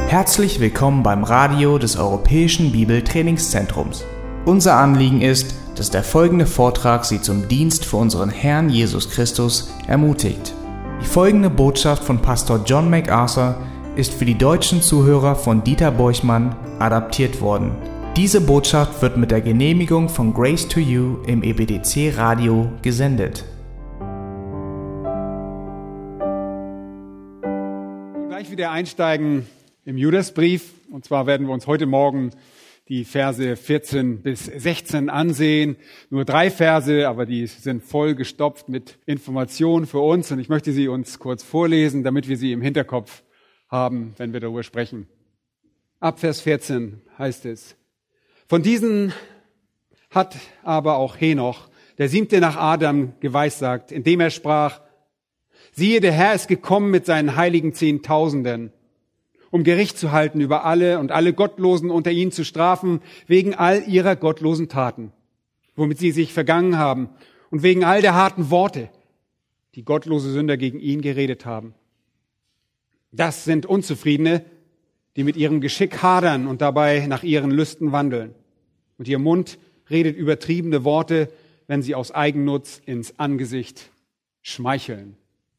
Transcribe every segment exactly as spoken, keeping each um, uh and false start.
Herzlich willkommen beim Radio des Europäischen Bibeltrainingszentrums. Unser Anliegen ist, dass der folgende Vortrag Sie zum Dienst für unseren Herrn Jesus Christus ermutigt. Die folgende Botschaft von Pastor John MacArthur ist für die deutschen Zuhörer von Dieter Borchmann adaptiert worden. Diese Botschaft wird mit der Genehmigung von Grace to You im E B D C-Radio gesendet. Gleich wieder einsteigen im Judasbrief. Und zwar werden wir uns heute Morgen die Verse vierzehn bis sechzehn ansehen. Nur drei Verse, aber die sind voll gestopft mit Informationen für uns. Und ich möchte sie uns kurz vorlesen, damit wir sie im Hinterkopf haben, wenn wir darüber sprechen. Ab Vers vierzehn heißt es: Von diesen hat aber auch Henoch, der siebte nach Adam, geweissagt, indem er sprach: Siehe, der Herr ist gekommen mit seinen heiligen Zehntausenden, um Gericht zu halten über alle und alle Gottlosen unter ihnen zu strafen, wegen all ihrer gottlosen Taten, womit sie sich vergangen haben, und wegen all der harten Worte, die gottlose Sünder gegen ihn geredet haben. Das sind Unzufriedene, die mit ihrem Geschick hadern und dabei nach ihren Lüsten wandeln. Und ihr Mund redet übertriebene Worte, wenn sie aus Eigennutz ins Angesicht schmeicheln.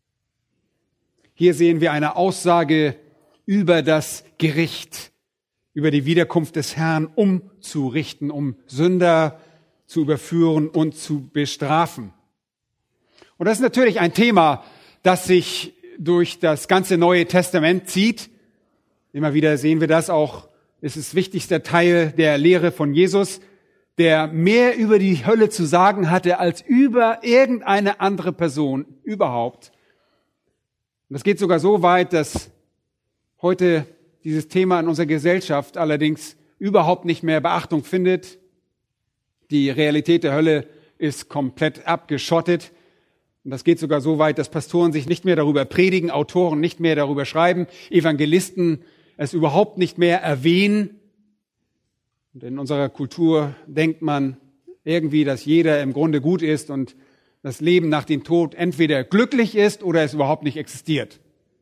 Hier sehen wir eine Aussage über das Gericht, über die Wiederkunft des Herrn umzurichten, um Sünder zu überführen und zu bestrafen. Und das ist natürlich ein Thema, das sich durch das ganze Neue Testament zieht. Immer wieder sehen wir das auch. Es ist wichtigster Teil der Lehre von Jesus, der mehr über die Hölle zu sagen hatte als über irgendeine andere Person überhaupt. Und das geht sogar so weit, dass heute dieses Thema in unserer Gesellschaft allerdings überhaupt nicht mehr Beachtung findet. Die Realität der Hölle ist komplett abgeschottet. Und das geht sogar so weit, dass Pastoren sich nicht mehr darüber predigen, Autoren nicht mehr darüber schreiben, Evangelisten es überhaupt nicht mehr erwähnen. Und in unserer Kultur denkt man irgendwie, dass jeder im Grunde gut ist und das Leben nach dem Tod entweder glücklich ist oder es überhaupt nicht existiert.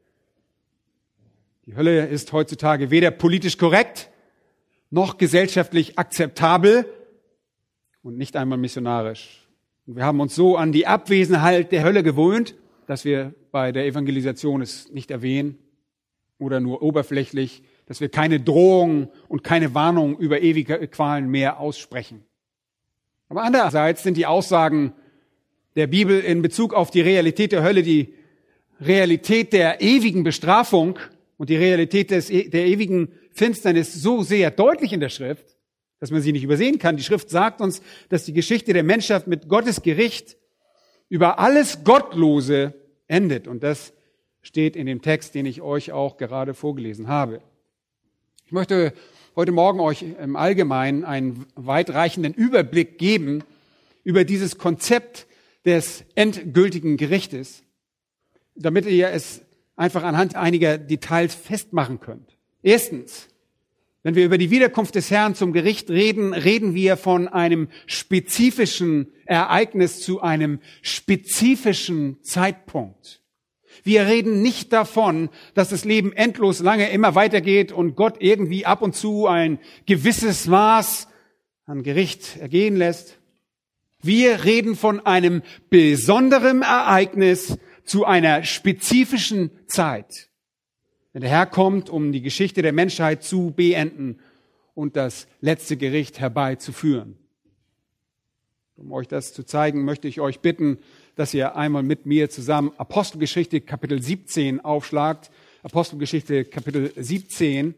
Die Hölle ist heutzutage weder politisch korrekt noch gesellschaftlich akzeptabel und nicht einmal missionarisch. Und wir haben uns so an die Abwesenheit der Hölle gewöhnt, dass wir bei der Evangelisation es nicht erwähnen oder nur oberflächlich, dass wir keine Drohungen und keine Warnungen über ewige Qualen mehr aussprechen. Aber andererseits sind die Aussagen der Bibel in Bezug auf die Realität der Hölle, die Realität der ewigen Bestrafung und die Realität des, der ewigen Finsternis so sehr deutlich in der Schrift, dass man sie nicht übersehen kann. Die Schrift sagt uns, dass die Geschichte der Menschheit mit Gottes Gericht über alles Gottlose endet. Und das steht in dem Text, den ich euch auch gerade vorgelesen habe. Ich möchte heute Morgen euch im Allgemeinen einen weitreichenden Überblick geben über dieses Konzept des endgültigen Gerichtes, damit ihr es einfach anhand einiger Details festmachen könnt. Erstens, wenn wir über die Wiederkunft des Herrn zum Gericht reden, reden wir von einem spezifischen Ereignis zu einem spezifischen Zeitpunkt. Wir reden nicht davon, dass das Leben endlos lange immer weitergeht und Gott irgendwie ab und zu ein gewisses Maß an Gericht ergehen lässt. Wir reden von einem besonderen Ereignis zu einer spezifischen Zeit. Wenn der Herr kommt, um die Geschichte der Menschheit zu beenden und das letzte Gericht herbeizuführen. Um euch das zu zeigen, möchte ich euch bitten, dass ihr einmal mit mir zusammen Apostelgeschichte Kapitel siebzehn aufschlagt. Apostelgeschichte Kapitel siebzehn.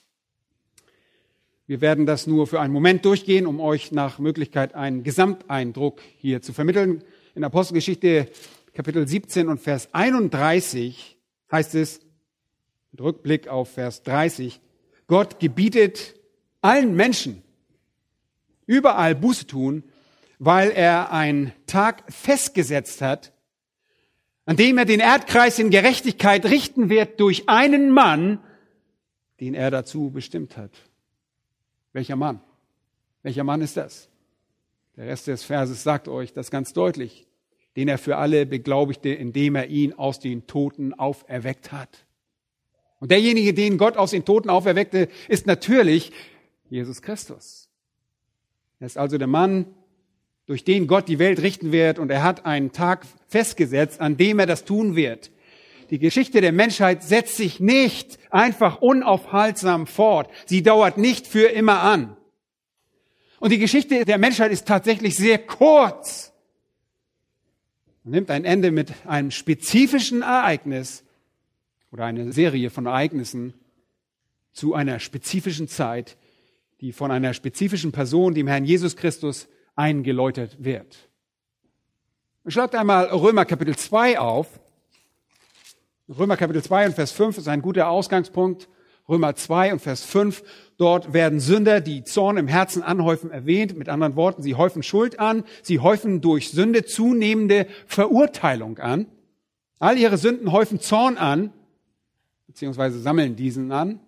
Wir werden das nur für einen Moment durchgehen, um euch nach Möglichkeit einen Gesamteindruck hier zu vermitteln. In Apostelgeschichte Kapitel siebzehn und Vers einunddreißig heißt es, mit Rückblick auf Vers dreißig, Gott gebietet allen Menschen überall Buße tun, weil er einen Tag festgesetzt hat, an dem er den Erdkreis in Gerechtigkeit richten wird durch einen Mann, den er dazu bestimmt hat. Welcher Mann? Welcher Mann ist das? Der Rest des Verses sagt euch das ganz deutlich. Den er für alle beglaubigte, indem er ihn aus den Toten auferweckt hat. Und derjenige, den Gott aus den Toten auferweckte, ist natürlich Jesus Christus. Er ist also der Mann, durch den Gott die Welt richten wird, und er hat einen Tag festgesetzt, an dem er das tun wird. Die Geschichte der Menschheit setzt sich nicht einfach unaufhaltsam fort. Sie dauert nicht für immer an. Und die Geschichte der Menschheit ist tatsächlich sehr kurz. Man nimmt ein Ende mit einem spezifischen Ereignis oder eine Serie von Ereignissen zu einer spezifischen Zeit, die von einer spezifischen Person, dem Herrn Jesus Christus, eingeläutet wird. Schlagt einmal Römer Kapitel zwei auf. Römer Kapitel zwei und Vers fünf ist ein guter Ausgangspunkt. Römer zwei und Vers fünf. Dort werden Sünder, die Zorn im Herzen anhäufen, erwähnt. Mit anderen Worten, sie häufen Schuld an. Sie häufen durch Sünde zunehmende Verurteilung an. All ihre Sünden häufen Zorn an, beziehungsweise sammeln diesen an.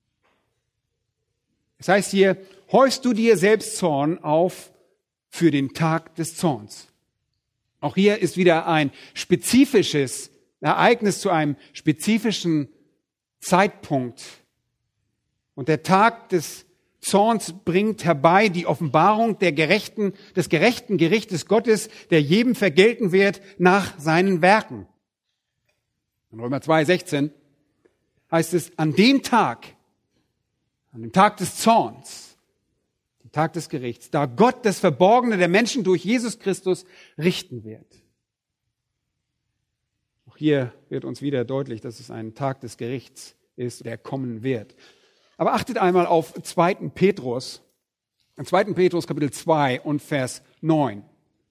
Das heißt hier, häufst du dir selbst Zorn auf für den Tag des Zorns. Auch hier ist wieder ein spezifisches Ereignis zu einem spezifischen Zeitpunkt. Und der Tag des Zorns bringt herbei die Offenbarung der gerechten, des gerechten Gerichtes Gottes, der jedem vergelten wird nach seinen Werken. In Römer zwei, sechzehn heißt es, an dem Tag, an dem Tag des Zorns, Tag des Gerichts, da Gott das Verborgene der Menschen durch Jesus Christus richten wird. Auch hier wird uns wieder deutlich, dass es ein Tag des Gerichts ist, der kommen wird. Aber achtet einmal auf zweiten Petrus, zweiten Petrus Kapitel zwei und Vers neun.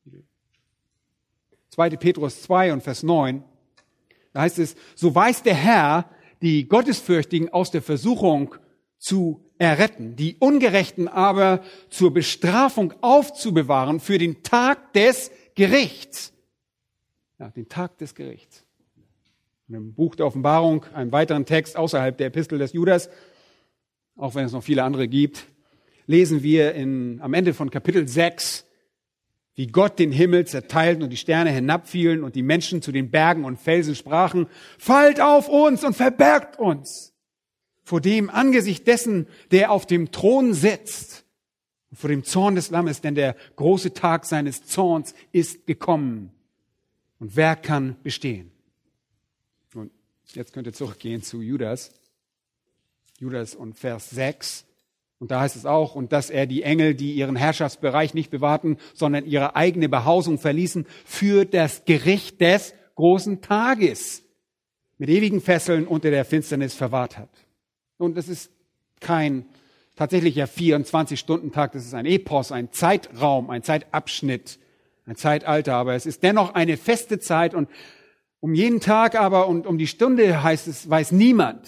zweiten Petrus zwei und Vers neun, da heißt es, so weiß der Herr die Gottesfürchtigen aus der Versuchung zu erretten, die Ungerechten aber zur Bestrafung aufzubewahren für den Tag des Gerichts. Ja, den Tag des Gerichts. Und im Buch der Offenbarung, einem weiteren Text außerhalb der Epistel des Judas, auch wenn es noch viele andere gibt, lesen wir in, am Ende von Kapitel sechs, wie Gott den Himmel zerteilten und die Sterne hinabfielen und die Menschen zu den Bergen und Felsen sprachen, fallt auf uns und verbergt uns vor dem Angesicht dessen, der auf dem Thron sitzt, und vor dem Zorn des Lammes, denn der große Tag seines Zorns ist gekommen. Und wer kann bestehen? Und jetzt könnt ihr zurückgehen zu Judas. Judas und Vers sechs. Und da heißt es auch, und dass er die Engel, die ihren Herrschaftsbereich nicht bewahrten, sondern ihre eigene Behausung verließen, für das Gericht des großen Tages mit ewigen Fesseln unter der Finsternis verwahrt hat. Und das ist kein tatsächlicher vierundzwanzig-Stunden-Tag, das ist ein Epos, ein Zeitraum, ein Zeitabschnitt, ein Zeitalter. Aber es ist dennoch eine feste Zeit und um jeden Tag aber und um die Stunde heißt es, weiß niemand.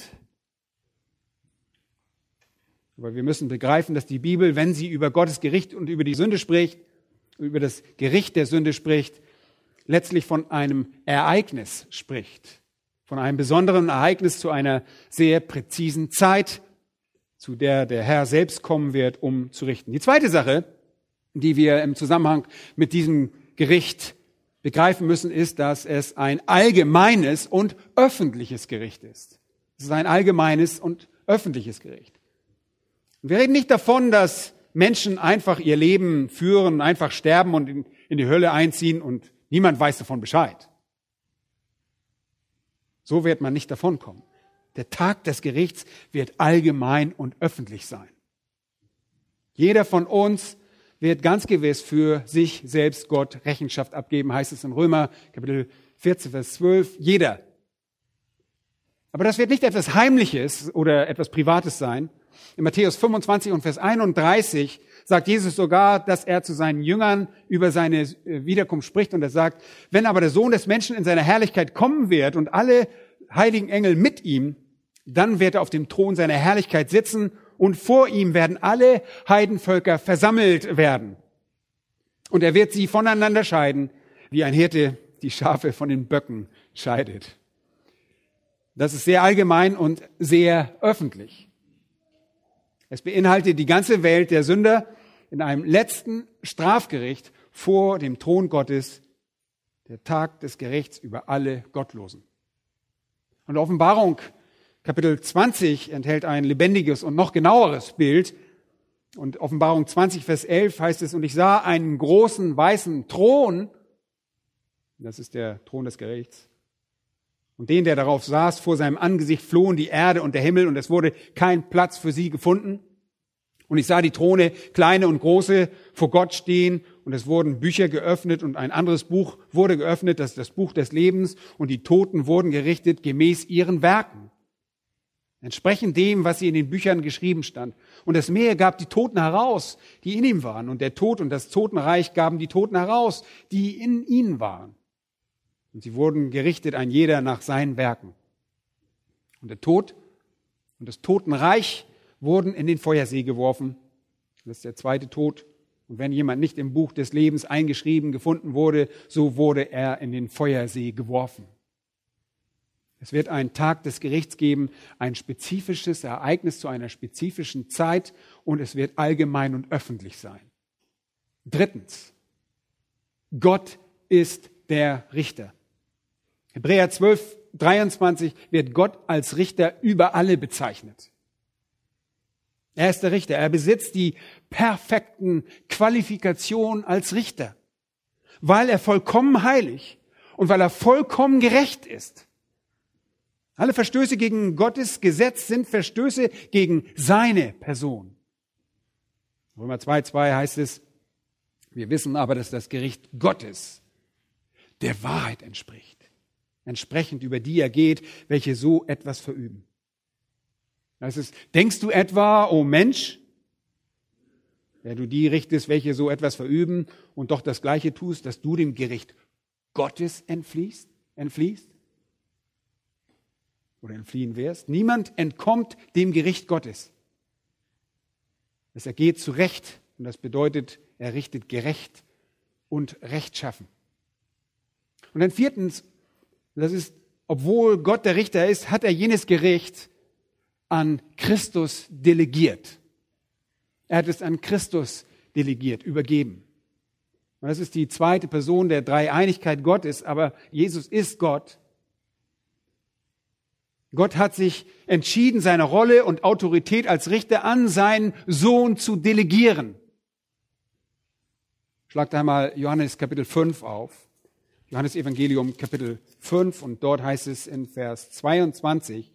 Aber wir müssen begreifen, dass die Bibel, wenn sie über Gottes Gericht und über die Sünde spricht, über das Gericht der Sünde spricht, letztlich von einem Ereignis spricht. Von einem besonderen Ereignis zu einer sehr präzisen Zeit, zu der der Herr selbst kommen wird, um zu richten. Die zweite Sache, die wir im Zusammenhang mit diesem Gericht begreifen müssen, ist, dass es ein allgemeines und öffentliches Gericht ist. Es ist ein allgemeines und öffentliches Gericht. Und wir reden nicht davon, dass Menschen einfach ihr Leben führen, einfach sterben und in, in die Hölle einziehen und niemand weiß davon Bescheid. So wird man nicht davonkommen. Der Tag des Gerichts wird allgemein und öffentlich sein. Jeder von uns wird ganz gewiss für sich selbst Gott Rechenschaft abgeben, heißt es in Römer Kapitel vierzehn, Vers zwölf. Jeder. Aber das wird nicht etwas Heimliches oder etwas Privates sein. In Matthäus fünfundzwanzig und Vers einunddreißig sagt Jesus sogar, dass er zu seinen Jüngern über seine Wiederkunft spricht und er sagt, wenn aber der Sohn des Menschen in seiner Herrlichkeit kommen wird und alle heiligen Engel mit ihm, dann wird er auf dem Thron seiner Herrlichkeit sitzen und vor ihm werden alle Heidenvölker versammelt werden. Und er wird sie voneinander scheiden, wie ein Hirte die Schafe von den Böcken scheidet. Das ist sehr allgemein und sehr öffentlich. Es beinhaltet die ganze Welt der Sünder in einem letzten Strafgericht vor dem Thron Gottes, der Tag des Gerichts über alle Gottlosen. Und Offenbarung Kapitel zwanzig enthält ein lebendiges und noch genaueres Bild. Und Offenbarung zwanzig, Vers elf heißt es, und ich sah einen großen weißen Thron, das ist der Thron des Gerichts, und den, der darauf saß, vor seinem Angesicht flohen die Erde und der Himmel, und es wurde kein Platz für sie gefunden. Und ich sah die Throne, kleine und große, vor Gott stehen, und es wurden Bücher geöffnet, und ein anderes Buch wurde geöffnet, das ist das Buch des Lebens, und die Toten wurden gerichtet gemäß ihren Werken, entsprechend dem, was sie in den Büchern geschrieben stand. Und das Meer gab die Toten heraus, die in ihm waren, und der Tod und das Totenreich gaben die Toten heraus, die in ihnen waren. Und sie wurden gerichtet, ein jeder nach seinen Werken. Und der Tod und das Totenreich wurden in den Feuersee geworfen. Das ist der zweite Tod. Und wenn jemand nicht im Buch des Lebens eingeschrieben gefunden wurde, so wurde er in den Feuersee geworfen. Es wird einen Tag des Gerichts geben, ein spezifisches Ereignis zu einer spezifischen Zeit, und es wird allgemein und öffentlich sein. Drittens, Gott ist der Richter. Hebräer zwölf, dreiundzwanzig wird Gott als Richter über alle bezeichnet. Er ist der Richter. Er besitzt die perfekten Qualifikationen als Richter, weil er vollkommen heilig und weil er vollkommen gerecht ist. Alle Verstöße gegen Gottes Gesetz sind Verstöße gegen seine Person. Römer zwei, zwei heißt es, wir wissen aber, dass das Gericht Gottes der Wahrheit entspricht, entsprechend über die er geht, welche so etwas verüben. Das ist, denkst du etwa, o Mensch, der du die richtest, welche so etwas verüben und doch das Gleiche tust, dass du dem Gericht Gottes entfliehst, entfliehst oder entfliehen wirst? Niemand entkommt dem Gericht Gottes. Es ergeht zu Recht, und das bedeutet, er richtet gerecht und rechtschaffen. Und dann viertens, das ist, obwohl Gott der Richter ist, hat er jenes Gericht an Christus delegiert. Er hat es an Christus delegiert, übergeben. Und das ist die zweite Person der Dreieinigkeit Gottes, aber Jesus ist Gott. Gott hat sich entschieden, seine Rolle und Autorität als Richter an seinen Sohn zu delegieren. Schlagt einmal Johannes Kapitel fünf auf. Johannes Evangelium Kapitel fünf, und dort heißt es in Vers zweiundzwanzig,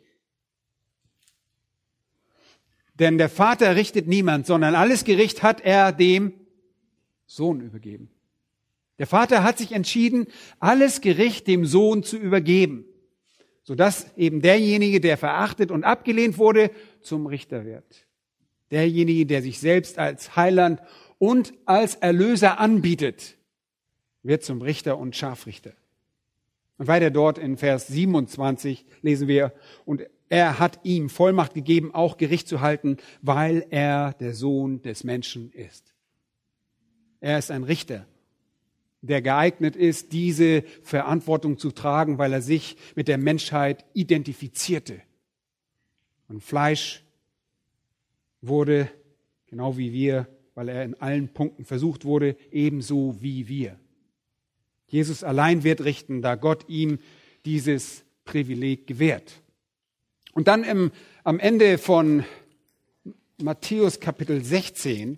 denn der Vater richtet niemand, sondern alles Gericht hat er dem Sohn übergeben. Der Vater hat sich entschieden, alles Gericht dem Sohn zu übergeben, sodass eben derjenige, der verachtet und abgelehnt wurde, zum Richter wird. Derjenige, der sich selbst als Heiland und als Erlöser anbietet, wird zum Richter und Scharfrichter. Und weiter dort in Vers siebenundzwanzig lesen wir, und er hat ihm Vollmacht gegeben, auch Gericht zu halten, weil er der Sohn des Menschen ist. Er ist ein Richter, der geeignet ist, diese Verantwortung zu tragen, weil er sich mit der Menschheit identifizierte. Und Fleisch wurde, genau wie wir, weil er in allen Punkten versucht wurde, ebenso wie wir. Jesus allein wird richten, da Gott ihm dieses Privileg gewährt. Und dann im, am Ende von Matthäus Kapitel sechzehn,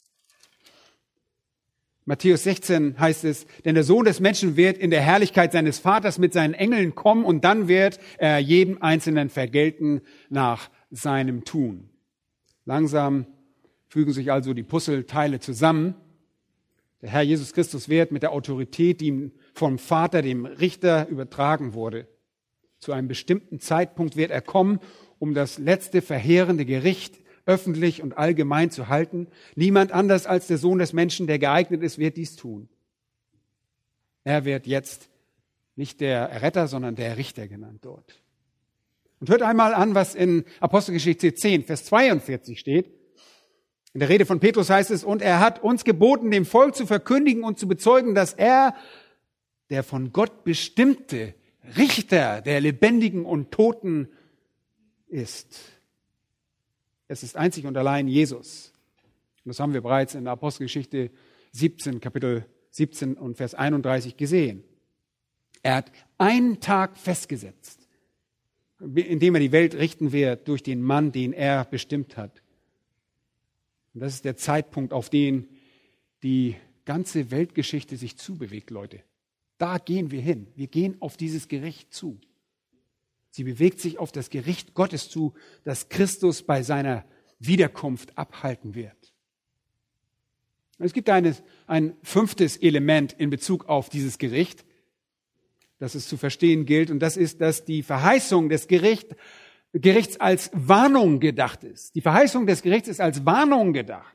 Matthäus sechzehn heißt es, denn der Sohn des Menschen wird in der Herrlichkeit seines Vaters mit seinen Engeln kommen, und dann wird er jedem Einzelnen vergelten nach seinem Tun. Langsam fügen sich also die Puzzleteile zusammen. Der Herr Jesus Christus wird mit der Autorität, die ihm vom Vater, dem Richter, übertragen wurde, zu einem bestimmten Zeitpunkt wird er kommen, um das letzte verheerende Gericht öffentlich und allgemein zu halten. Niemand anders als der Sohn des Menschen, der geeignet ist, wird dies tun. Er wird jetzt nicht der Retter, sondern der Richter genannt dort. Und hört einmal an, was in Apostelgeschichte zehn, Vers zweiundvierzig steht. In der Rede von Petrus heißt es, und er hat uns geboten, dem Volk zu verkündigen und zu bezeugen, dass er, der von Gott bestimmte Richter der Lebendigen und Toten ist. Es ist einzig und allein Jesus. Und das haben wir bereits in der Apostelgeschichte siebzehn, Kapitel siebzehn und Vers einunddreißig gesehen. Er hat einen Tag festgesetzt, indem er die Welt richten wird durch den Mann, den er bestimmt hat. Und das ist der Zeitpunkt, auf den die ganze Weltgeschichte sich zubewegt, Leute. Da gehen wir hin. Wir gehen auf dieses Gericht zu. Sie bewegt sich auf das Gericht Gottes zu, das Christus bei seiner Wiederkunft abhalten wird. Es gibt eine, ein fünftes Element in Bezug auf dieses Gericht, das es zu verstehen gilt, und das ist, dass die Verheißung des Gericht, Gerichts als Warnung gedacht ist. Die Verheißung des Gerichts ist als Warnung gedacht.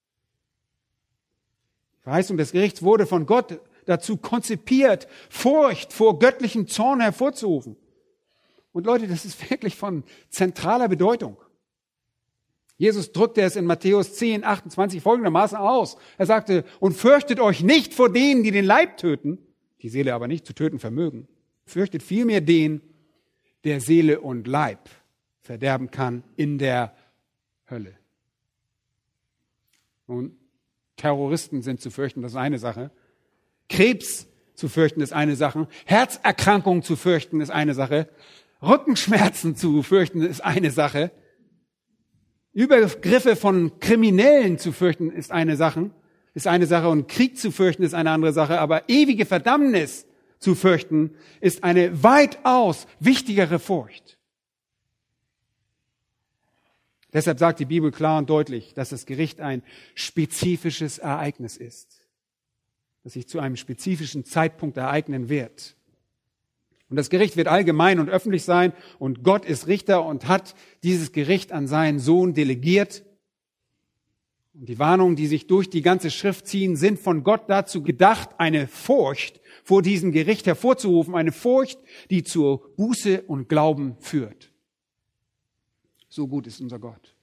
Die Verheißung des Gerichts wurde von Gott dazu konzipiert, Furcht vor göttlichem Zorn hervorzurufen. Und Leute, das ist wirklich von zentraler Bedeutung. Jesus drückte es in Matthäus zehn, achtundzwanzig folgendermaßen aus. Er sagte, und fürchtet euch nicht vor denen, die den Leib töten, die Seele aber nicht zu töten vermögen. Fürchtet vielmehr den, der Seele und Leib verderben kann in der Hölle. Nun, Terroristen sind zu fürchten, das ist eine Sache. Krebs zu fürchten ist eine Sache. Herzerkrankungen zu fürchten ist eine Sache. Rückenschmerzen zu fürchten ist eine Sache. Übergriffe von Kriminellen zu fürchten ist eine Sache, ist eine Sache und Krieg zu fürchten ist eine andere Sache, aber ewige Verdammnis zu fürchten ist eine weitaus wichtigere Furcht. Deshalb sagt die Bibel klar und deutlich, dass das Gericht ein spezifisches Ereignis ist, das sich zu einem spezifischen Zeitpunkt ereignen wird. Und das Gericht wird allgemein und öffentlich sein und Gott ist Richter und hat dieses Gericht an seinen Sohn delegiert. Und die Warnungen, die sich durch die ganze Schrift ziehen, sind von Gott dazu gedacht, eine Furcht vor diesem Gericht hervorzurufen, eine Furcht, die zur Buße und Glauben führt. So gut ist unser Gott.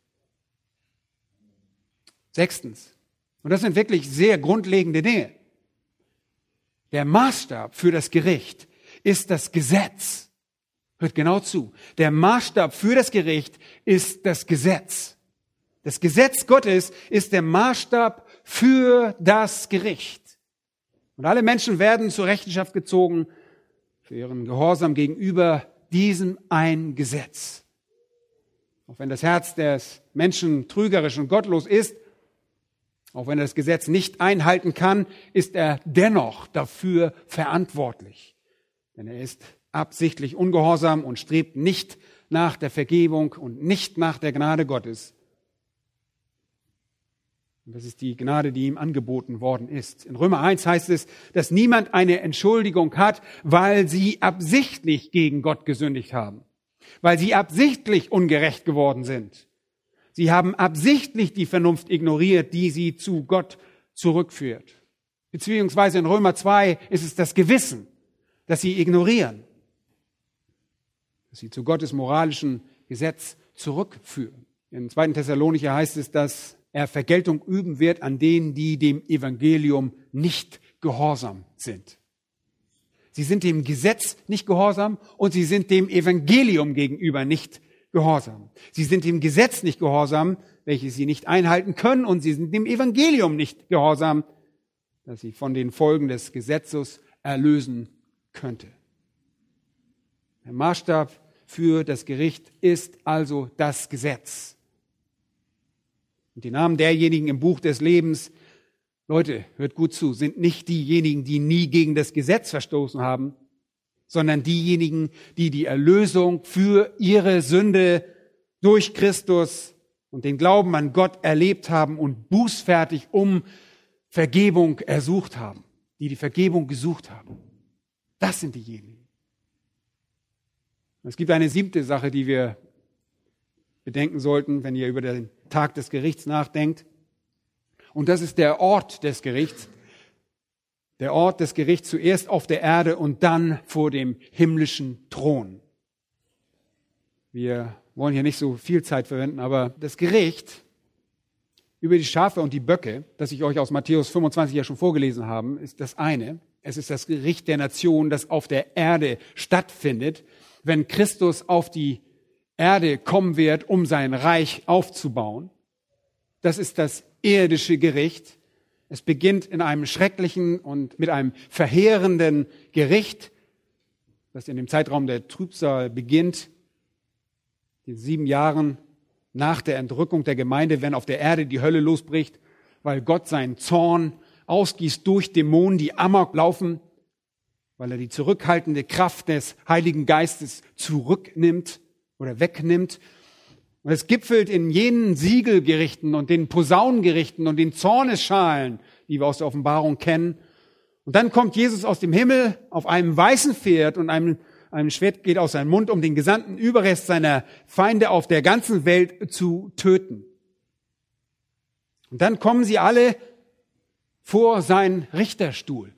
Sechstens, und das sind wirklich sehr grundlegende Dinge, der Maßstab für das Gericht ist das Gesetz. Hört genau zu. Der Maßstab für das Gericht ist das Gesetz. Das Gesetz Gottes ist der Maßstab für das Gericht. Und alle Menschen werden zur Rechenschaft gezogen für ihren Gehorsam gegenüber diesem ein Gesetz. Auch wenn das Herz des Menschen trügerisch und gottlos ist, auch wenn er das Gesetz nicht einhalten kann, ist er dennoch dafür verantwortlich. Denn er ist absichtlich ungehorsam und strebt nicht nach der Vergebung und nicht nach der Gnade Gottes. Und das ist die Gnade, die ihm angeboten worden ist. In Römer eins heißt es, dass niemand eine Entschuldigung hat, weil sie absichtlich gegen Gott gesündigt haben. Weil sie absichtlich ungerecht geworden sind. Sie haben absichtlich die Vernunft ignoriert, die sie zu Gott zurückführt. Beziehungsweise in Römer zwei ist es das Gewissen, dass sie ignorieren, dass sie zu Gottes moralischen Gesetz zurückführen. In zweiten Thessalonicher heißt es, dass er Vergeltung üben wird an denen, die dem Evangelium nicht gehorsam sind. Sie sind dem Gesetz nicht gehorsam und sie sind dem Evangelium gegenüber nicht gehorsam. Sie sind dem Gesetz nicht gehorsam, welches sie nicht einhalten können, und sie sind dem Evangelium nicht gehorsam, das sie von den Folgen des Gesetzes erlösen könnte. Der Maßstab für das Gericht ist also das Gesetz. Und die Namen derjenigen im Buch des Lebens, Leute, hört gut zu, sind nicht diejenigen, die nie gegen das Gesetz verstoßen haben, sondern diejenigen, die die Erlösung für ihre Sünde durch Christus und den Glauben an Gott erlebt haben und bußfertig um Vergebung ersucht haben, die die Vergebung gesucht haben. Das sind diejenigen. Es gibt eine siebte Sache, die wir bedenken sollten, wenn ihr über den Tag des Gerichts nachdenkt. Und das ist der Ort des Gerichts. Der Ort des Gerichts zuerst auf der Erde und dann vor dem himmlischen Thron. Wir wollen hier nicht so viel Zeit verwenden, aber das Gericht über die Schafe und die Böcke, das ich euch aus Matthäus fünfundzwanzig ja schon vorgelesen habe, ist das eine. Es ist das Gericht der Nation, das auf der Erde stattfindet, wenn Christus auf die Erde kommen wird, um sein Reich aufzubauen. Das ist das irdische Gericht. Es beginnt in einem schrecklichen und mit einem verheerenden Gericht, das in dem Zeitraum der Trübsal beginnt in sieben Jahren nach der Entrückung der Gemeinde, wenn auf der Erde die Hölle losbricht, weil Gott seinen Zorn ausgießt durch Dämonen, die Amok laufen, weil er die zurückhaltende Kraft des Heiligen Geistes zurücknimmt oder wegnimmt. Und es gipfelt in jenen Siegelgerichten und den Posaunengerichten und den Zornesschalen, die wir aus der Offenbarung kennen. Und dann kommt Jesus aus dem Himmel auf einem weißen Pferd und einem, einem Schwert geht aus seinem Mund, um den gesamten Überrest seiner Feinde auf der ganzen Welt zu töten. Und dann kommen sie alle vor seinen Richterstuhl.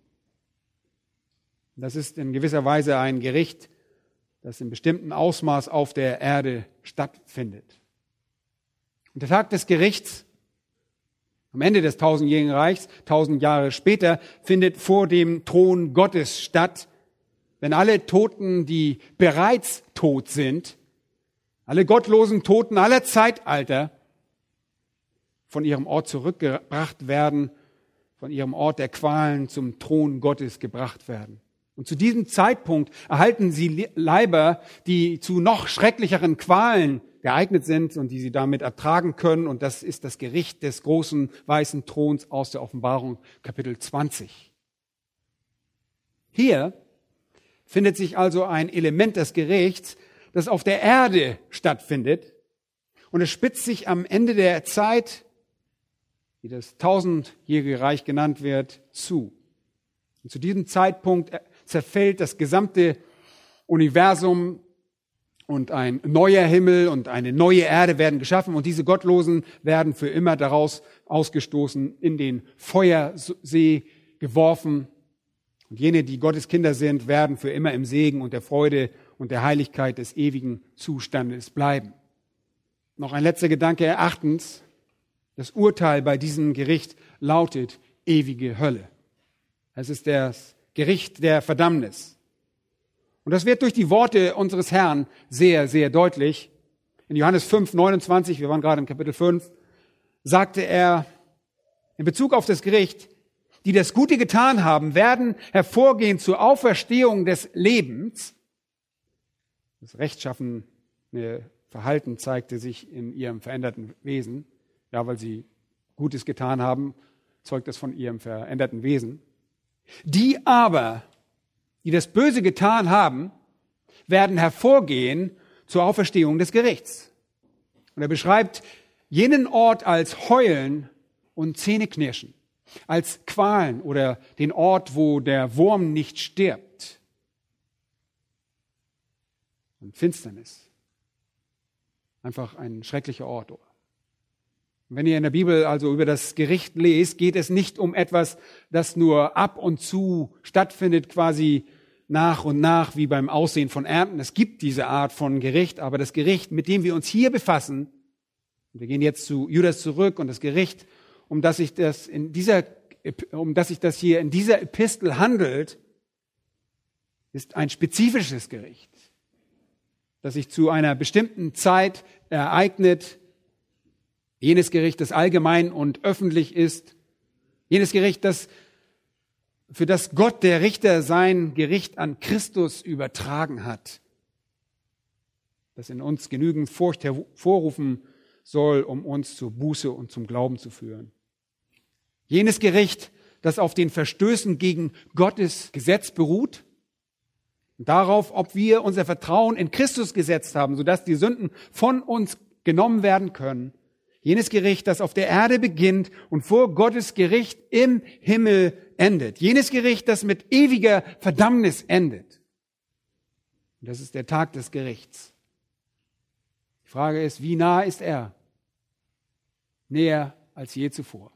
Das ist in gewisser Weise ein Gericht, das in bestimmtem Ausmaß auf der Erde stattfindet. Und der Tag des Gerichts am Ende des tausendjährigen Reichs, tausend Jahre später, findet vor dem Thron Gottes statt, wenn alle Toten, die bereits tot sind, alle gottlosen Toten aller Zeitalter von ihrem Ort zurückgebracht werden, von ihrem Ort der Qualen zum Thron Gottes gebracht werden. Und zu diesem Zeitpunkt erhalten sie Leiber, die zu noch schrecklicheren Qualen geeignet sind und die sie damit ertragen können. Und das ist das Gericht des großen weißen Throns aus der Offenbarung, Kapitel zwanzig. Hier findet sich also ein Element des Gerichts, das auf der Erde stattfindet. Und es spitzt sich am Ende der Zeit, wie das tausendjährige Reich genannt wird, zu. Und zu diesem Zeitpunkt zerfällt das gesamte Universum und ein neuer Himmel und eine neue Erde werden geschaffen und diese Gottlosen werden für immer daraus ausgestoßen, in den Feuersee geworfen. Und jene, die Gottes Kinder sind, werden für immer im Segen und der Freude und der Heiligkeit des ewigen Zustandes bleiben. Noch ein letzter Gedanke. Erachtens, das Urteil bei diesem Gericht lautet ewige Hölle. Es ist das Gericht der Verdammnis. Und das wird durch die Worte unseres Herrn sehr, sehr deutlich. In Johannes fünf, neunundzwanzig, wir waren gerade im Kapitel fünf, sagte er in Bezug auf das Gericht, die das Gute getan haben, werden hervorgehen zur Auferstehung des Lebens. Das rechtschaffene Verhalten zeigte sich in ihrem veränderten Wesen. Ja, weil sie Gutes getan haben, zeugt das von ihrem veränderten Wesen. Die aber, die das Böse getan haben, werden hervorgehen zur Auferstehung des Gerichts. Und er beschreibt jenen Ort als Heulen und Zähneknirschen, als Qualen oder den Ort, wo der Wurm nicht stirbt. Und Finsternis. Einfach ein schrecklicher Ort. Wenn ihr in der Bibel also über das Gericht lest, geht es nicht um etwas, das nur ab und zu stattfindet, quasi nach und nach, wie beim Aussehen von Ernten. Es gibt diese Art von Gericht, aber das Gericht, mit dem wir uns hier befassen, wir gehen jetzt zu Judas zurück und das Gericht, um das sich das in dieser, um das sich das hier in dieser Epistel handelt, ist ein spezifisches Gericht, das sich zu einer bestimmten Zeit ereignet. Jenes Gericht, das allgemein und öffentlich ist. Jenes Gericht, das, für das Gott, der Richter, sein Gericht an Christus übertragen hat. Das in uns genügend Furcht hervorrufen soll, um uns zur Buße und zum Glauben zu führen. Jenes Gericht, das auf den Verstößen gegen Gottes Gesetz beruht. Und darauf, ob wir unser Vertrauen in Christus gesetzt haben, sodass die Sünden von uns genommen werden können. Jenes Gericht, das auf der Erde beginnt und vor Gottes Gericht im Himmel endet. Jenes Gericht, das mit ewiger Verdammnis endet. Und das ist der Tag des Gerichts. Die Frage ist, wie nah ist er? Näher als je zuvor.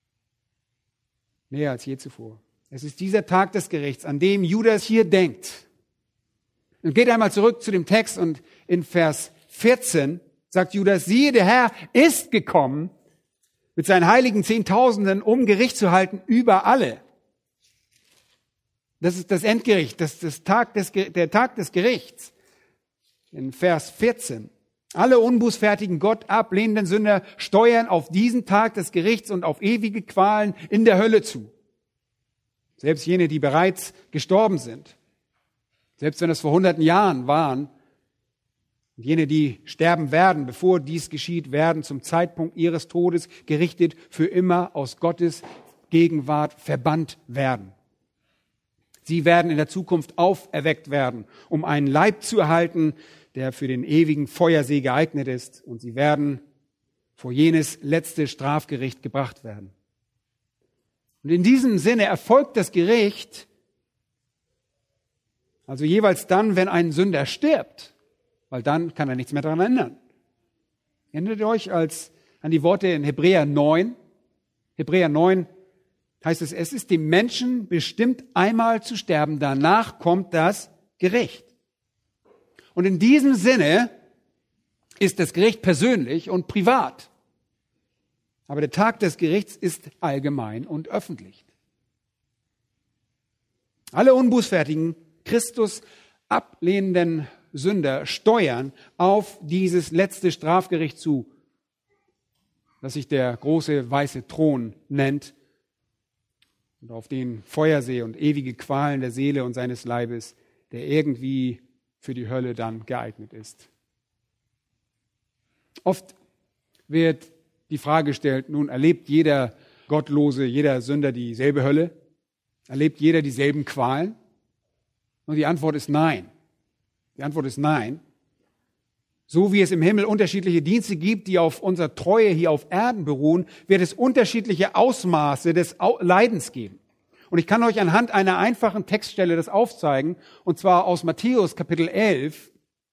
Näher als je zuvor. Es ist dieser Tag des Gerichts, an dem Judas hier denkt. Und geht einmal zurück zu dem Text und in Vers vierzehn sagt Judas, siehe, der Herr ist gekommen mit seinen heiligen Zehntausenden, um Gericht zu halten über alle. Das ist das Endgericht, das ist das Tag des, der Tag des Gerichts. In Vers vierzehn. Alle unbußfertigen, Gott ablehnenden Sünder steuern auf diesen Tag des Gerichts und auf ewige Qualen in der Hölle zu. Selbst jene, die bereits gestorben sind. Selbst wenn es vor hunderten Jahren waren, Und jene, die sterben werden, bevor dies geschieht, werden zum Zeitpunkt ihres Todes gerichtet, für immer aus Gottes Gegenwart verbannt werden. Sie werden in der Zukunft auferweckt werden, um einen Leib zu erhalten, der für den ewigen Feuersee geeignet ist. Und sie werden vor jenes letzte Strafgericht gebracht werden. Und in diesem Sinne erfolgt das Gericht, also jeweils dann, wenn ein Sünder stirbt, weil dann kann er nichts mehr daran ändern. Erinnert ihr euch als, an die Worte in Hebräer neun? Hebräer neun heißt es, es ist dem Menschen bestimmt, einmal zu sterben, danach kommt das Gericht. Und in diesem Sinne ist das Gericht persönlich und privat. Aber der Tag des Gerichts ist allgemein und öffentlich. Alle unbußfertigen, Christus ablehnenden Sünder steuern auf dieses letzte Strafgericht zu, das sich der große weiße Thron nennt und auf den Feuersee und ewige Qualen der Seele und seines Leibes, der irgendwie für die Hölle dann geeignet ist. Oft wird die Frage gestellt, nun erlebt jeder Gottlose, jeder Sünder dieselbe Hölle? Erlebt jeder dieselben Qualen? Und die Antwort ist nein. Die Antwort ist nein. So wie es im Himmel unterschiedliche Dienste gibt, die auf unserer Treue hier auf Erden beruhen, wird es unterschiedliche Ausmaße des Leidens geben. Und ich kann euch anhand einer einfachen Textstelle das aufzeigen, und zwar aus Matthäus Kapitel elf.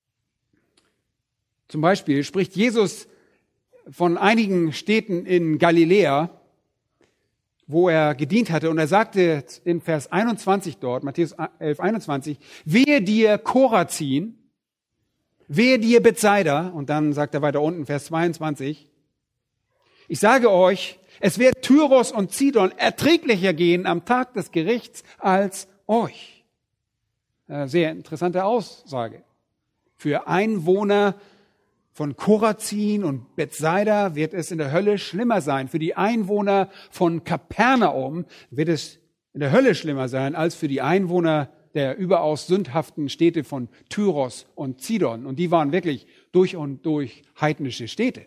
Zum Beispiel spricht Jesus von einigen Städten in Galiläa, wo er gedient hatte. Und er sagte in Vers einundzwanzig dort, Matthäus elf, einundzwanzig, wehe dir Korazin, wehe dir Bethsaida. Und dann sagt er weiter unten, Vers zweiundzwanzig, ich sage euch, es wird Tyros und Zidon erträglicher gehen am Tag des Gerichts als euch. Sehr interessante Aussage. Für Einwohner von Korazin und Bethsaida wird es in der Hölle schlimmer sein. Für die Einwohner von Kapernaum wird es in der Hölle schlimmer sein als für die Einwohner der überaus sündhaften Städte von Tyros und Zidon. Und die waren wirklich durch und durch heidnische Städte.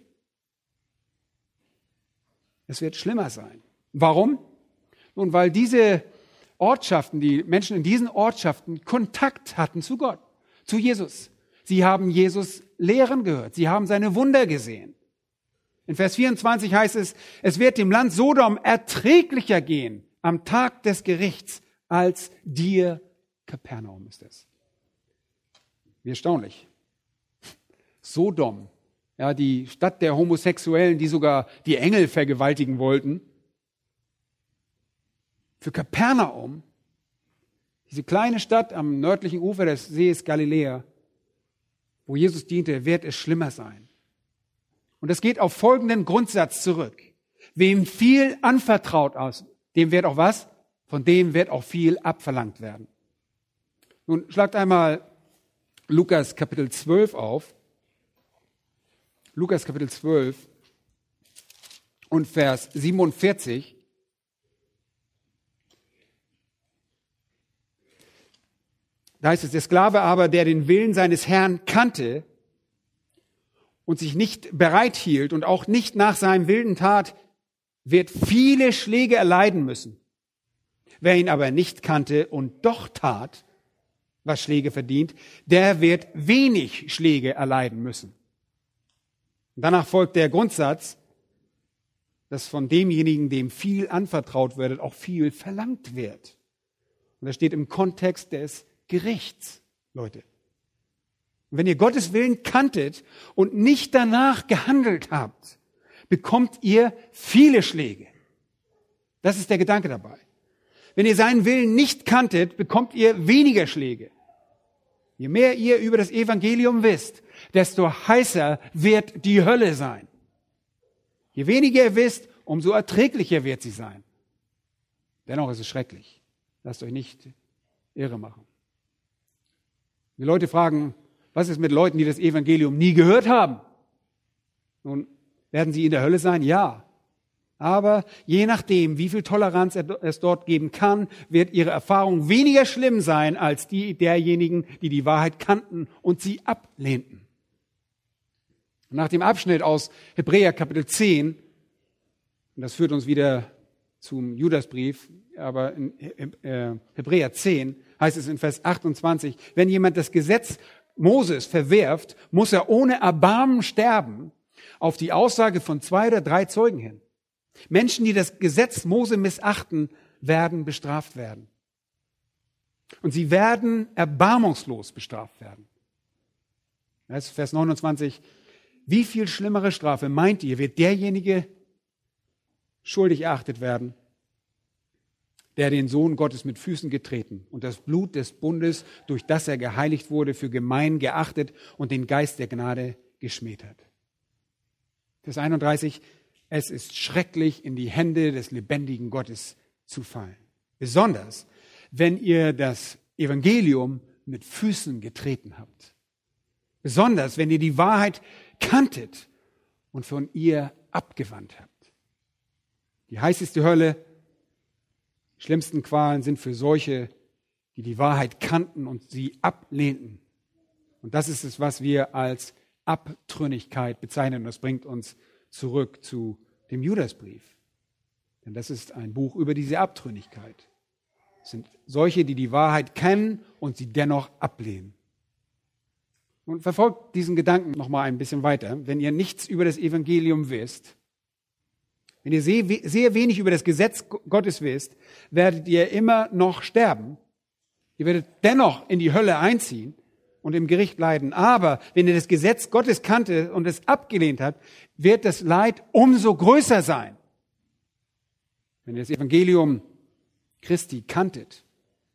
Es wird schlimmer sein. Warum? Nun, weil diese Ortschaften, die Menschen in diesen Ortschaften Kontakt hatten zu Gott, zu Jesus. Sie haben Jesus Lehren gehört. Sie haben seine Wunder gesehen. In Vers vierundzwanzig heißt es, es wird dem Land Sodom erträglicher gehen am Tag des Gerichts als dir, Kapernaum ist es. Wie erstaunlich. Sodom, ja, die Stadt der Homosexuellen, die sogar die Engel vergewaltigen wollten. Für Kapernaum, diese kleine Stadt am nördlichen Ufer des Sees Galiläa, wo Jesus diente, wird es schlimmer sein. Und es geht auf folgenden Grundsatz zurück. Wem viel anvertraut ist, dem wird auch was? Von dem wird auch viel abverlangt werden. Nun schlagt einmal Lukas Kapitel zwölf auf. Lukas Kapitel zwölf und Vers siebenundvierzig. Da heißt es, der Sklave aber, der den Willen seines Herrn kannte und sich nicht bereit hielt und auch nicht nach seinem Willen tat, wird viele Schläge erleiden müssen. Wer ihn aber nicht kannte und doch tat, was Schläge verdient, der wird wenig Schläge erleiden müssen. Und danach folgt der Grundsatz, dass von demjenigen, dem viel anvertraut wird, auch viel verlangt wird. Und das steht im Kontext des Gerichts, Leute. Und wenn ihr Gottes Willen kanntet und nicht danach gehandelt habt, bekommt ihr viele Schläge. Das ist der Gedanke dabei. Wenn ihr seinen Willen nicht kanntet, bekommt ihr weniger Schläge. Je mehr ihr über das Evangelium wisst, desto heißer wird die Hölle sein. Je weniger ihr wisst, umso erträglicher wird sie sein. Dennoch ist es schrecklich. Lasst euch nicht irre machen. Die Leute fragen, was ist mit Leuten, die das Evangelium nie gehört haben? Nun, werden sie in der Hölle sein? Ja. Aber je nachdem, wie viel Toleranz es dort geben kann, wird ihre Erfahrung weniger schlimm sein als die derjenigen, die die Wahrheit kannten und sie ablehnten. Nach dem Abschnitt aus Hebräer Kapitel zehn, und das führt uns wieder zum Judasbrief, aber in Hebräer zehn heißt es in Vers achtundzwanzig, wenn jemand das Gesetz Moses verwerft, muss er ohne Erbarmen sterben, auf die Aussage von zwei oder drei Zeugen hin. Menschen, die das Gesetz Mose missachten, werden bestraft werden. Und sie werden erbarmungslos bestraft werden. Das ist Vers neunundzwanzig. Wie viel schlimmere Strafe, meint ihr, wird derjenige schuldig erachtet werden, der den Sohn Gottes mit Füßen getreten und das Blut des Bundes, durch das er geheiligt wurde, für gemein geachtet und den Geist der Gnade geschmäht hat. Vers einunddreißig. Es ist schrecklich, in die Hände des lebendigen Gottes zu fallen. Besonders, wenn ihr das Evangelium mit Füßen getreten habt. Besonders, wenn ihr die Wahrheit kanntet und von ihr abgewandt habt. Die heißeste Hölle, die schlimmsten Qualen sind für solche, die die Wahrheit kannten und sie ablehnten. Und das ist es, was wir als Abtrünnigkeit bezeichnen. Das bringt uns zurück zu dem Judasbrief. Denn das ist ein Buch über diese Abtrünnigkeit. Es sind solche, die die Wahrheit kennen und sie dennoch ablehnen. Und verfolgt diesen Gedanken noch mal ein bisschen weiter. Wenn ihr nichts über das Evangelium wisst, wenn ihr sehr wenig über das Gesetz Gottes wisst, werdet ihr immer noch sterben. Ihr werdet dennoch in die Hölle einziehen und im Gericht leiden. Aber wenn ihr das Gesetz Gottes kannte und es abgelehnt habt, wird das Leid umso größer sein. Wenn ihr das Evangelium Christi kanntet,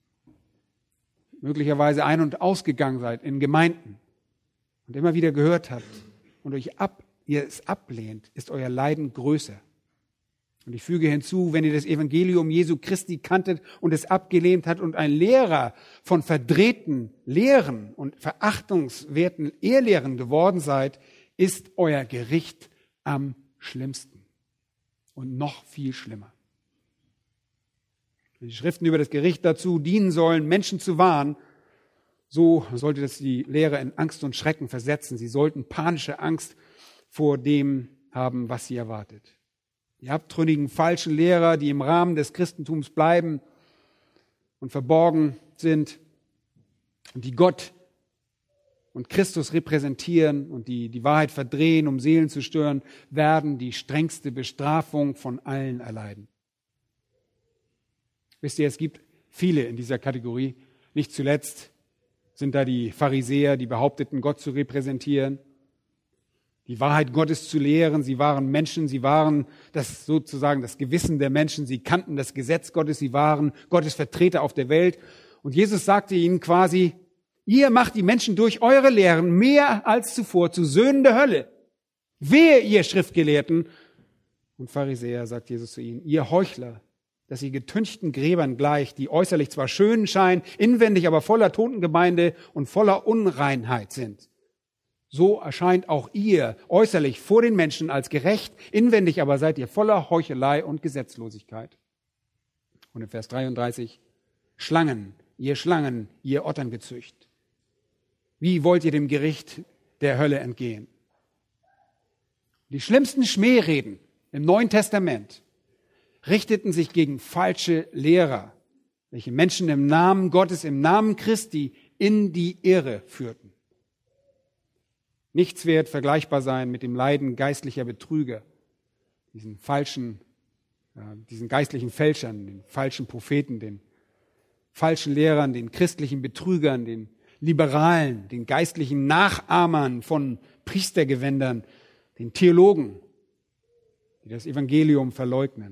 möglicherweise ein- und ausgegangen seid in Gemeinden und immer wieder gehört habt und euch ab, ihr es ablehnt, ist euer Leiden größer. Und ich füge hinzu, wenn ihr das Evangelium Jesu Christi kanntet und es abgelehnt habt und ein Lehrer von verdrehten Lehren und verachtungswerten Irrlehren geworden seid, ist euer Gericht am schlimmsten und noch viel schlimmer. Wenn die Schriften über das Gericht dazu dienen sollen, Menschen zu warnen, so sollte das die Lehrer in Angst und Schrecken versetzen. Sie sollten panische Angst vor dem haben, was sie erwartet. Die abtrünnigen falschen Lehrer, die im Rahmen des Christentums bleiben und verborgen sind und die Gott und Christus repräsentieren und die die Wahrheit verdrehen, um Seelen zu stören, werden die strengste Bestrafung von allen erleiden. Wisst ihr, es gibt viele in dieser Kategorie. Nicht zuletzt sind da die Pharisäer, die behaupteten, Gott zu repräsentieren, die Wahrheit Gottes zu lehren. Sie waren Menschen, sie waren das sozusagen das Gewissen der Menschen, sie kannten das Gesetz Gottes, sie waren Gottes Vertreter auf der Welt. Und Jesus sagte ihnen quasi, ihr macht die Menschen durch eure Lehren mehr als zuvor zu Söhnen der Hölle. Wehe, ihr Schriftgelehrten und Pharisäer, sagt Jesus zu ihnen, ihr Heuchler, dass ihr getünchten Gräbern gleicht, die äußerlich zwar schön scheinen, inwendig aber voller Totengemeinde und voller Unreinheit sind. So erscheint auch ihr äußerlich vor den Menschen als gerecht, inwendig aber seid ihr voller Heuchelei und Gesetzlosigkeit. Und in Vers dreiunddreißig, Schlangen, ihr Schlangen, ihr Otterngezücht. Wie wollt ihr dem Gericht der Hölle entgehen? Die schlimmsten Schmähreden im Neuen Testament richteten sich gegen falsche Lehrer, welche Menschen im Namen Gottes, im Namen Christi in die Irre führten. Nichts wird vergleichbar sein mit dem Leiden geistlicher Betrüger, diesen falschen, ja, diesen geistlichen Fälschern, den falschen Propheten, den falschen Lehrern, den christlichen Betrügern, den Liberalen, den geistlichen Nachahmern von Priestergewändern, den Theologen, die das Evangelium verleugnen.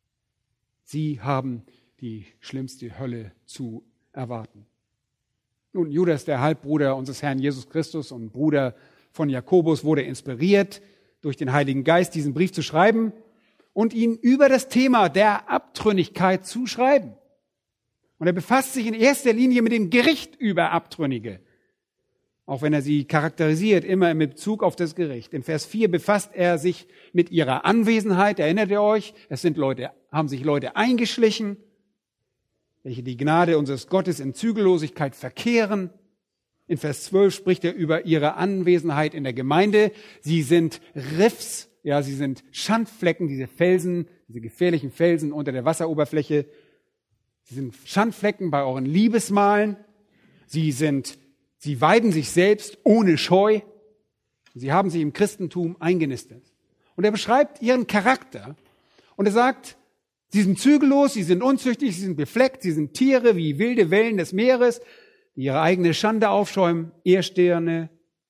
Sie haben die schlimmste Hölle zu erwarten. Nun, Judas, der Halbbruder unseres Herrn Jesus Christus und Bruder von Jakobus, wurde inspiriert durch den Heiligen Geist, diesen Brief zu schreiben und ihn über das Thema der Abtrünnigkeit zu schreiben. Und er befasst sich in erster Linie mit dem Gericht über Abtrünnige, auch wenn er sie charakterisiert, immer in Bezug auf das Gericht. In Vers vier befasst er sich mit ihrer Anwesenheit, erinnert ihr euch? Es sind Leute, haben sich Leute eingeschlichen, welche die Gnade unseres Gottes in Zügellosigkeit verkehren. In Vers zwölf spricht er über ihre Anwesenheit in der Gemeinde. Sie sind Riffs, ja, sie sind Schandflecken, diese Felsen, diese gefährlichen Felsen unter der Wasseroberfläche. Sie sind Schandflecken bei euren Liebesmahlen. Sie sind, sie weiden sich selbst ohne Scheu. Sie haben sich im Christentum eingenistet. Und er beschreibt ihren Charakter. Und er sagt, sie sind zügellos, sie sind unzüchtig, sie sind befleckt, sie sind Tiere wie wilde Wellen des Meeres, die ihre eigene Schande aufschäumen, Ehrsterne.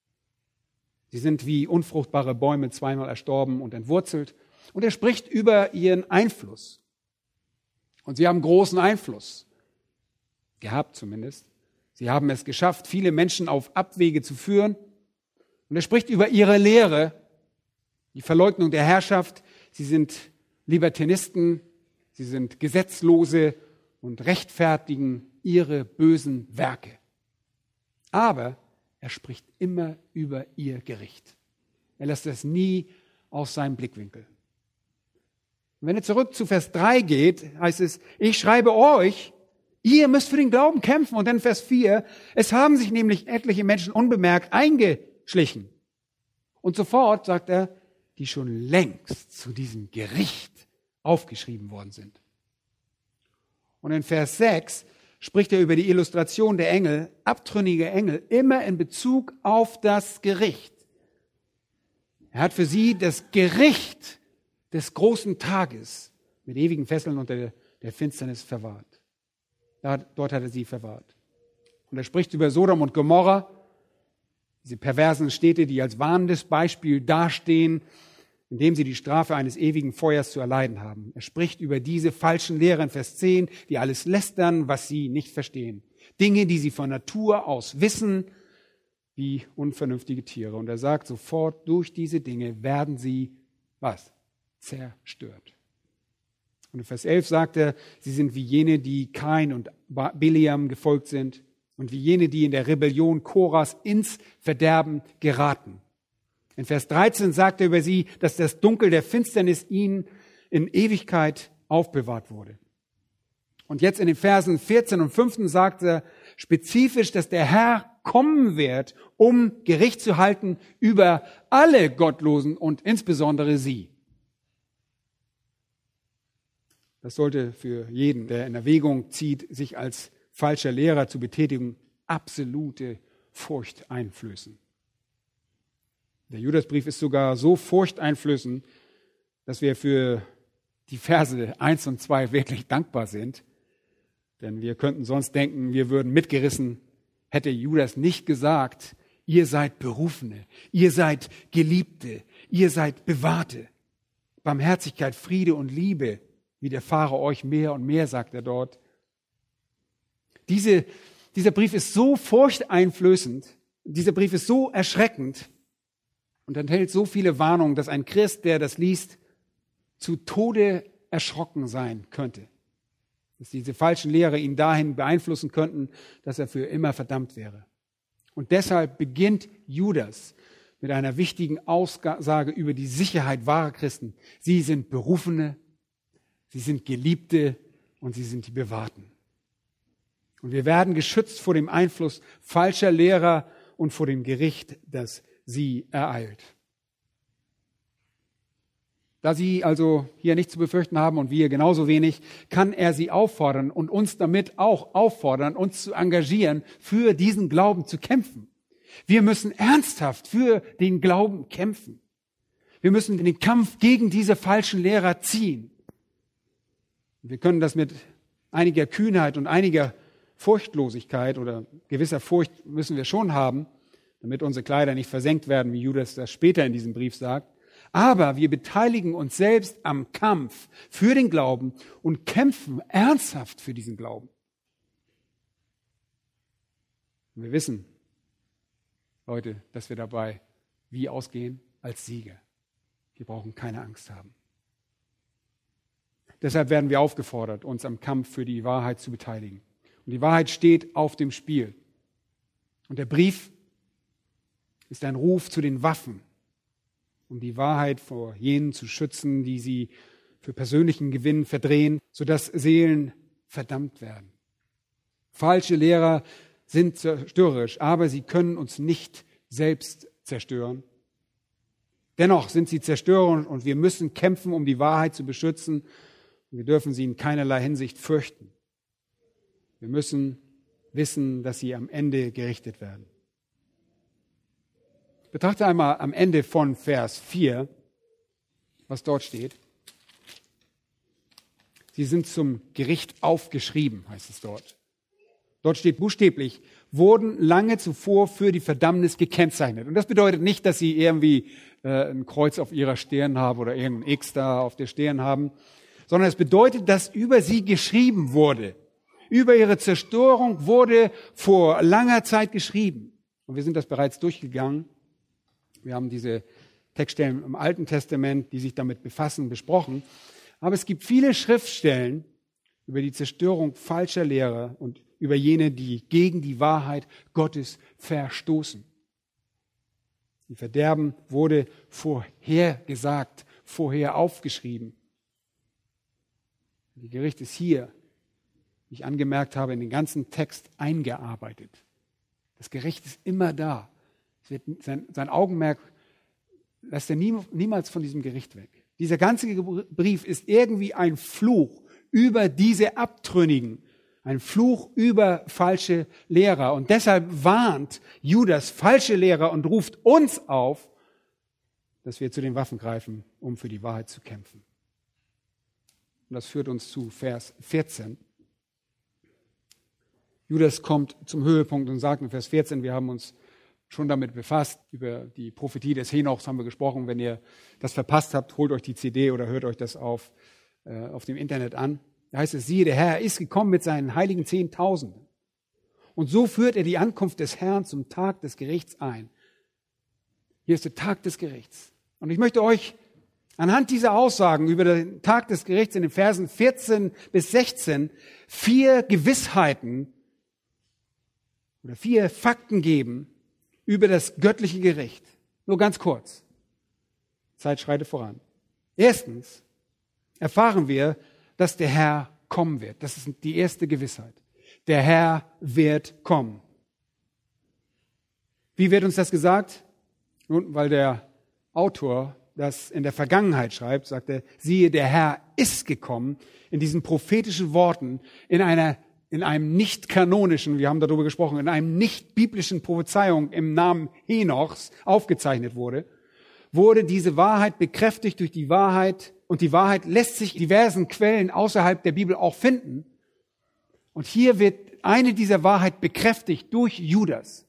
Sie sind wie unfruchtbare Bäume, zweimal erstorben und entwurzelt. Und er spricht über ihren Einfluss. Und sie haben großen Einfluss. Gehabt zumindest. Sie haben es geschafft, viele Menschen auf Abwege zu führen. Und er spricht über ihre Lehre, die Verleugnung der Herrschaft. Sie sind Libertinisten, sie sind Gesetzlose und rechtfertigen ihre bösen Werke. Aber er spricht immer über ihr Gericht. Er lässt es nie aus seinem Blickwinkel. Und wenn er zurück zu Vers drei geht, heißt es, ich schreibe euch, ihr müsst für den Glauben kämpfen. Und dann Vers vier, es haben sich nämlich etliche Menschen unbemerkt eingeschlichen. Und sofort sagt er, die schon längst zu diesem Gericht aufgeschrieben worden sind. Und in Vers sechs spricht er über die Illustration der Engel, abtrünnige Engel, immer in Bezug auf das Gericht. Er hat für sie das Gericht des großen Tages mit ewigen Fesseln unter der Finsternis verwahrt. Dort hat er sie verwahrt. Und er spricht über Sodom und Gomorra, diese perversen Städte, die als warnendes Beispiel dastehen, indem sie die Strafe eines ewigen Feuers zu erleiden haben. Er spricht über diese falschen Lehrer in Vers zehn, die alles lästern, was sie nicht verstehen. Dinge, die sie von Natur aus wissen, wie unvernünftige Tiere. Und er sagt sofort, durch diese Dinge werden sie, was? Zerstört. Und in Vers elf sagt er, sie sind wie jene, die Kain und Bileam gefolgt sind und wie jene, die in der Rebellion Koras ins Verderben geraten. In Vers dreizehn sagt er über sie, dass das Dunkel der Finsternis ihnen in Ewigkeit aufbewahrt wurde. Und jetzt in den Versen vierzehn und fünfzehn sagt er spezifisch, dass der Herr kommen wird, um Gericht zu halten über alle Gottlosen und insbesondere sie. Das sollte für jeden, der in Erwägung zieht, sich als falscher Lehrer zu betätigen, absolute Furcht einflößen. Der Judasbrief ist sogar so furchteinflößend, dass wir für die Verse eins und zwei wirklich dankbar sind. Denn wir könnten sonst denken, wir würden mitgerissen, hätte Judas nicht gesagt, ihr seid Berufene, ihr seid Geliebte, ihr seid Bewahrte. Barmherzigkeit, Friede und Liebe widerfahre euch mehr und mehr, sagt er dort. Diese, dieser Brief ist so furchteinflößend, dieser Brief ist so erschreckend, und enthält so viele Warnungen, dass ein Christ, der das liest, zu Tode erschrocken sein könnte. Dass diese falschen Lehrer ihn dahin beeinflussen könnten, dass er für immer verdammt wäre. Und deshalb beginnt Judas mit einer wichtigen Aussage über die Sicherheit wahrer Christen. Sie sind Berufene, sie sind Geliebte und sie sind die Bewahrten. Und wir werden geschützt vor dem Einfluss falscher Lehrer und vor dem Gericht, das sie ereilt. Da sie also hier nichts zu befürchten haben und wir genauso wenig, kann er sie auffordern und uns damit auch auffordern, uns zu engagieren, für diesen Glauben zu kämpfen. Wir müssen ernsthaft für den Glauben kämpfen. Wir müssen den Kampf gegen diese falschen Lehrer ziehen. Wir können das mit einiger Kühnheit und einiger Furchtlosigkeit oder gewisser Furcht müssen wir schon haben, damit unsere Kleider nicht versenkt werden, wie Judas das später in diesem Brief sagt. Aber wir beteiligen uns selbst am Kampf für den Glauben und kämpfen ernsthaft für diesen Glauben. Und wir wissen, Leute, dass wir dabei wie ausgehen? Als Sieger. Wir brauchen keine Angst haben. Deshalb werden wir aufgefordert, uns am Kampf für die Wahrheit zu beteiligen. Und die Wahrheit steht auf dem Spiel. Und der Brief ist ein Ruf zu den Waffen, um die Wahrheit vor jenen zu schützen, die sie für persönlichen Gewinn verdrehen, sodass Seelen verdammt werden. Falsche Lehrer sind zerstörerisch, aber sie können uns nicht selbst zerstören. Dennoch sind sie zerstörerisch und wir müssen kämpfen, um die Wahrheit zu beschützen. Und wir dürfen sie in keinerlei Hinsicht fürchten. Wir müssen wissen, dass sie am Ende gerichtet werden. Betrachte einmal am Ende von Vers vier, was dort steht. Sie sind zum Gericht aufgeschrieben, heißt es dort. Dort steht buchstäblich, wurden lange zuvor für die Verdammnis gekennzeichnet. Und das bedeutet nicht, dass sie irgendwie äh, ein Kreuz auf ihrer Stirn haben oder irgendein X da auf der Stirn haben, sondern es bedeutet, dass über sie geschrieben wurde. Über ihre Zerstörung wurde vor langer Zeit geschrieben. Und wir sind das bereits durchgegangen. Wir haben diese Textstellen im Alten Testament, die sich damit befassen, besprochen. Aber es gibt viele Schriftstellen über die Zerstörung falscher Lehrer und über jene, die gegen die Wahrheit Gottes verstoßen. Ihr Verderben wurde vorhergesagt, vorher aufgeschrieben. Die Gericht ist hier, wie ich angemerkt habe, in den ganzen Text eingearbeitet. Das Gericht ist immer da. Es wird, sein, sein Augenmerk lässt er nie, niemals von diesem Gericht weg. Dieser ganze Brief ist irgendwie ein Fluch über diese Abtrünnigen, ein Fluch über falsche Lehrer. Und deshalb warnt Judas falsche Lehrer und ruft uns auf, dass wir zu den Waffen greifen, um für die Wahrheit zu kämpfen. Und das führt uns zu Vers vierzehn. Judas kommt zum Höhepunkt und sagt in Vers vierzehn, wir haben uns schon damit befasst, über die Prophetie des Henochs haben wir gesprochen. Wenn ihr das verpasst habt, holt euch die C D oder hört euch das auf, äh, auf dem Internet an. Da heißt es, siehe, der Herr ist gekommen mit seinen heiligen Zehntausenden. Und so führt er die Ankunft des Herrn zum Tag des Gerichts ein. Hier ist der Tag des Gerichts. Und ich möchte euch anhand dieser Aussagen über den Tag des Gerichts in den Versen vierzehn bis sechzehn vier Gewissheiten oder vier Fakten geben über das göttliche Gericht. Nur ganz kurz. Zeit schreitet voran. Erstens erfahren wir, dass der Herr kommen wird. Das ist die erste Gewissheit. Der Herr wird kommen. Wie wird uns das gesagt? Nun, weil der Autor das in der Vergangenheit schreibt, sagt er, siehe, der Herr ist gekommen, in diesen prophetischen Worten, in einer in einem nicht kanonischen, wir haben darüber gesprochen, in einem nicht biblischen Prophezeiung im Namen Henochs aufgezeichnet wurde, wurde diese Wahrheit bekräftigt durch die Wahrheit, und die Wahrheit lässt sich in diversen Quellen außerhalb der Bibel auch finden. Und hier wird eine dieser Wahrheit bekräftigt durch Judas.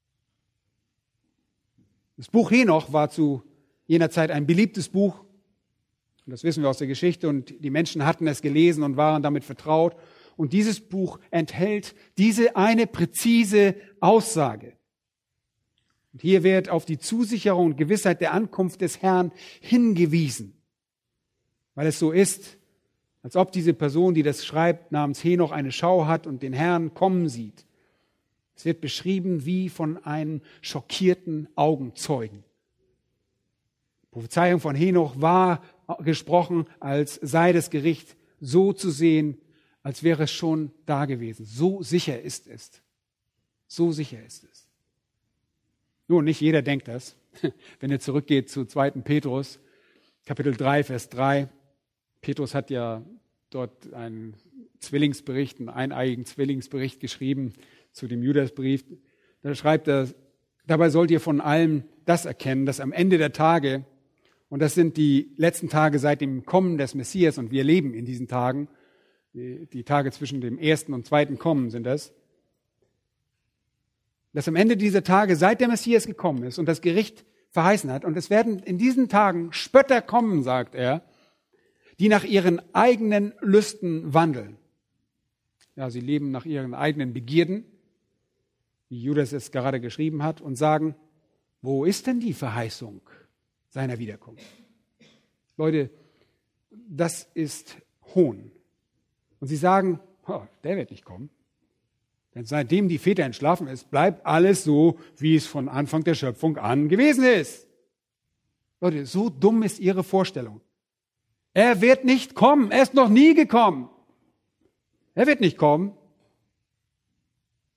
Das Buch Henoch war zu jener Zeit ein beliebtes Buch, und das wissen wir aus der Geschichte, und die Menschen hatten es gelesen und waren damit vertraut. Und dieses Buch enthält diese eine präzise Aussage. Und hier wird auf die Zusicherung und Gewissheit der Ankunft des Herrn hingewiesen. Weil es so ist, als ob diese Person, die das schreibt, namens Henoch eine Schau hat und den Herrn kommen sieht. Es wird beschrieben wie von einem schockierten Augenzeugen. Die Prophezeiung von Henoch war gesprochen, als sei das Gericht so zu sehen, als wäre es schon da gewesen. So sicher ist es. So sicher ist es. Nun, nicht jeder denkt das. Wenn ihr zurückgeht zu zweiten Petrus, Kapitel drei, Vers drei. Petrus hat ja dort einen Zwillingsbericht, einen eineiigen Zwillingsbericht geschrieben zu dem Judasbrief. Da schreibt er, dabei sollt ihr von allem das erkennen, dass am Ende der Tage, und das sind die letzten Tage seit dem Kommen des Messias, und wir leben in diesen Tagen, die Tage zwischen dem ersten und zweiten Kommen sind das, dass am Ende dieser Tage, seit der Messias gekommen ist und das Gericht verheißen hat, und es werden in diesen Tagen Spötter kommen, sagt er, die nach ihren eigenen Lüsten wandeln. Ja, sie leben nach ihren eigenen Begierden, wie Judas es gerade geschrieben hat, und sagen, wo ist denn die Verheißung seiner Wiederkunft? Leute, das ist Hohn. Und sie sagen, oh, der wird nicht kommen. Denn seitdem die Väter entschlafen ist, bleibt alles so, wie es von Anfang der Schöpfung an gewesen ist. Leute, so dumm ist ihre Vorstellung. Er wird nicht kommen. Er ist noch nie gekommen. Er wird nicht kommen.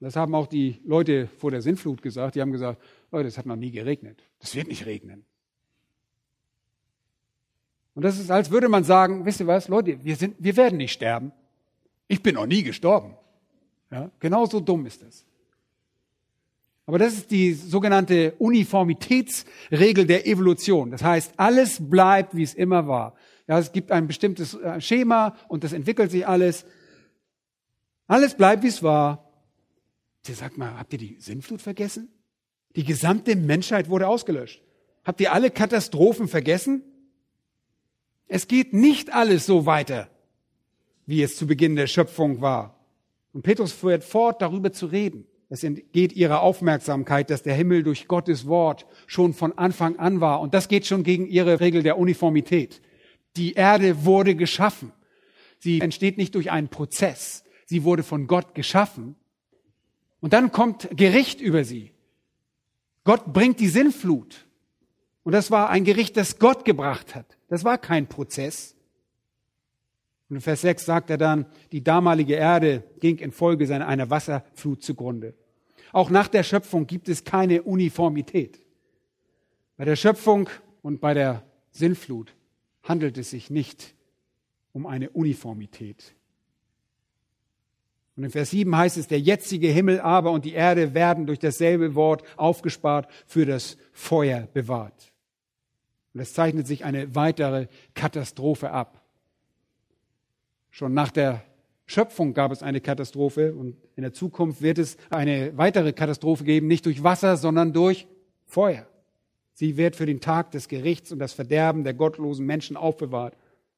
Das haben auch die Leute vor der Sintflut gesagt. Die haben gesagt, Leute, es hat noch nie geregnet. Das wird nicht regnen. Und das ist, als würde man sagen, wisst ihr was, Leute, wir, sind, wir werden nicht sterben. Ich bin noch nie gestorben. Ja, genauso dumm ist das. Aber das ist die sogenannte Uniformitätsregel der Evolution. Das heißt, alles bleibt, wie es immer war. Ja, es gibt ein bestimmtes Schema und das entwickelt sich alles. Alles bleibt, wie es war. Der sagt mal, habt ihr die Sintflut vergessen? Die gesamte Menschheit wurde ausgelöscht. Habt ihr alle Katastrophen vergessen? Es geht nicht alles so weiter, wie es zu Beginn der Schöpfung war. Und Petrus fährt fort, darüber zu reden. Es entgeht ihrer Aufmerksamkeit, dass der Himmel durch Gottes Wort schon von Anfang an war. Und das geht schon gegen ihre Regel der Uniformität. Die Erde wurde geschaffen. Sie entsteht nicht durch einen Prozess. Sie wurde von Gott geschaffen. Und dann kommt Gericht über sie. Gott bringt die Sintflut. Und das war ein Gericht, das Gott gebracht hat. Das war kein Prozess. Und in Vers sechs sagt er dann, die damalige Erde ging infolge seiner einer Wasserflut zugrunde. Auch nach der Schöpfung gibt es keine Uniformität. Bei der Schöpfung und bei der Sintflut handelt es sich nicht um eine Uniformität. Und in Vers sieben heißt es, der jetzige Himmel aber und die Erde werden durch dasselbe Wort aufgespart, für das Feuer bewahrt. Und es zeichnet sich eine weitere Katastrophe ab. Schon nach der Schöpfung gab es eine Katastrophe und in der Zukunft wird es eine weitere Katastrophe geben, nicht durch Wasser, sondern durch Feuer. Sie wird für den Tag des Gerichts und das Verderben der gottlosen Menschen aufbewahrt.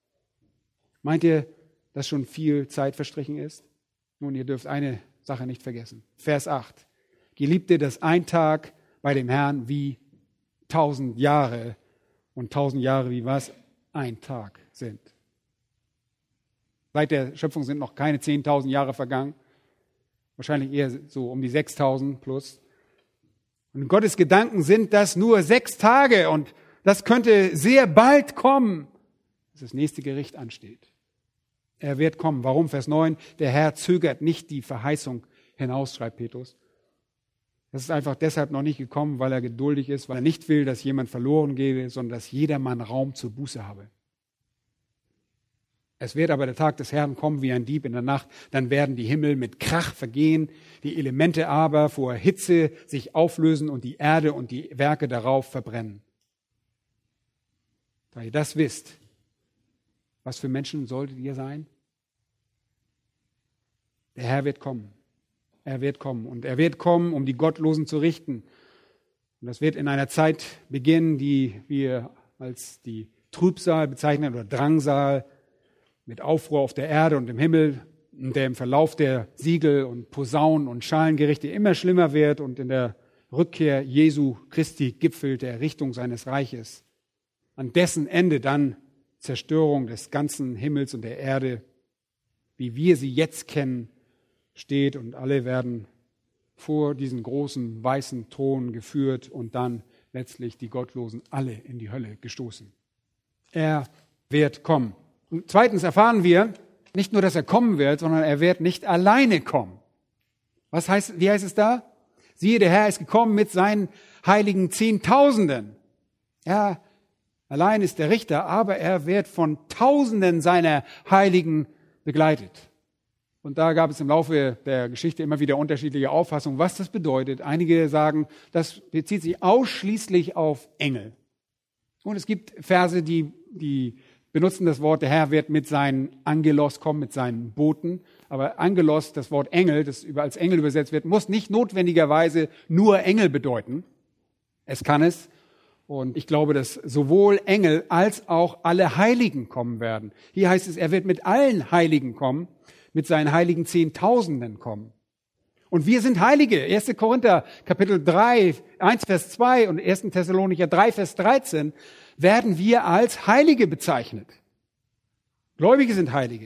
Meint ihr, dass schon viel Zeit verstrichen ist? Nun, ihr dürft eine Sache nicht vergessen. Vers acht. Geliebte, dass ein Tag bei dem Herrn wie tausend Jahre und tausend Jahre wie was? Ein Tag sind. Seit der Schöpfung sind noch keine zehntausend Jahre vergangen. Wahrscheinlich eher so um die sechstausend plus. Und in Gottes Gedanken sind das nur sechs Tage und das könnte sehr bald kommen, dass das nächste Gericht ansteht. Er wird kommen. Warum? Vers neun. Der Herr zögert nicht die Verheißung hinaus, schreibt Petrus. Das ist einfach deshalb noch nicht gekommen, weil er geduldig ist, weil er nicht will, dass jemand verloren gehe, sondern dass jedermann Raum zur Buße habe. Es wird aber der Tag des Herrn kommen wie ein Dieb in der Nacht, dann werden die Himmel mit Krach vergehen, die Elemente aber vor Hitze sich auflösen und die Erde und die Werke darauf verbrennen. Da ihr das wisst, was für Menschen solltet ihr sein? Der Herr wird kommen. Er wird kommen. Und er wird kommen, um die Gottlosen zu richten. Und das wird in einer Zeit beginnen, die wir als die Trübsal bezeichnen oder Drangsal, mit Aufruhr auf der Erde und im Himmel, der im Verlauf der Siegel und Posaunen und Schalengerichte immer schlimmer wird und in der Rückkehr Jesu Christi gipfelt der Errichtung seines Reiches. An dessen Ende dann Zerstörung des ganzen Himmels und der Erde, wie wir sie jetzt kennen, steht und alle werden vor diesen großen weißen Thron geführt und dann letztlich die Gottlosen alle in die Hölle gestoßen. Er wird kommen. Und zweitens erfahren wir nicht nur, dass er kommen wird, sondern er wird nicht alleine kommen. Was heißt, wie heißt es da? Siehe, der Herr ist gekommen mit seinen heiligen Zehntausenden. Ja, allein ist der Richter, aber er wird von Tausenden seiner Heiligen begleitet. Und da gab es im Laufe der Geschichte immer wieder unterschiedliche Auffassungen, was das bedeutet. Einige sagen, das bezieht sich ausschließlich auf Engel. Und es gibt Verse, die, die benutzen das Wort, der Herr wird mit seinen Angelos kommen, mit seinen Boten. Aber Angelos, das Wort Engel, das als Engel übersetzt wird, muss nicht notwendigerweise nur Engel bedeuten. Es kann es. Und ich glaube, dass sowohl Engel als auch alle Heiligen kommen werden. Hier heißt es, er wird mit allen Heiligen kommen, mit seinen heiligen Zehntausenden kommen. Und wir sind Heilige. erster Korinther, Kapitel drei, eins, Vers zwei und erster Thessalonicher drei, Vers dreizehn werden wir als Heilige bezeichnet. Gläubige sind Heilige.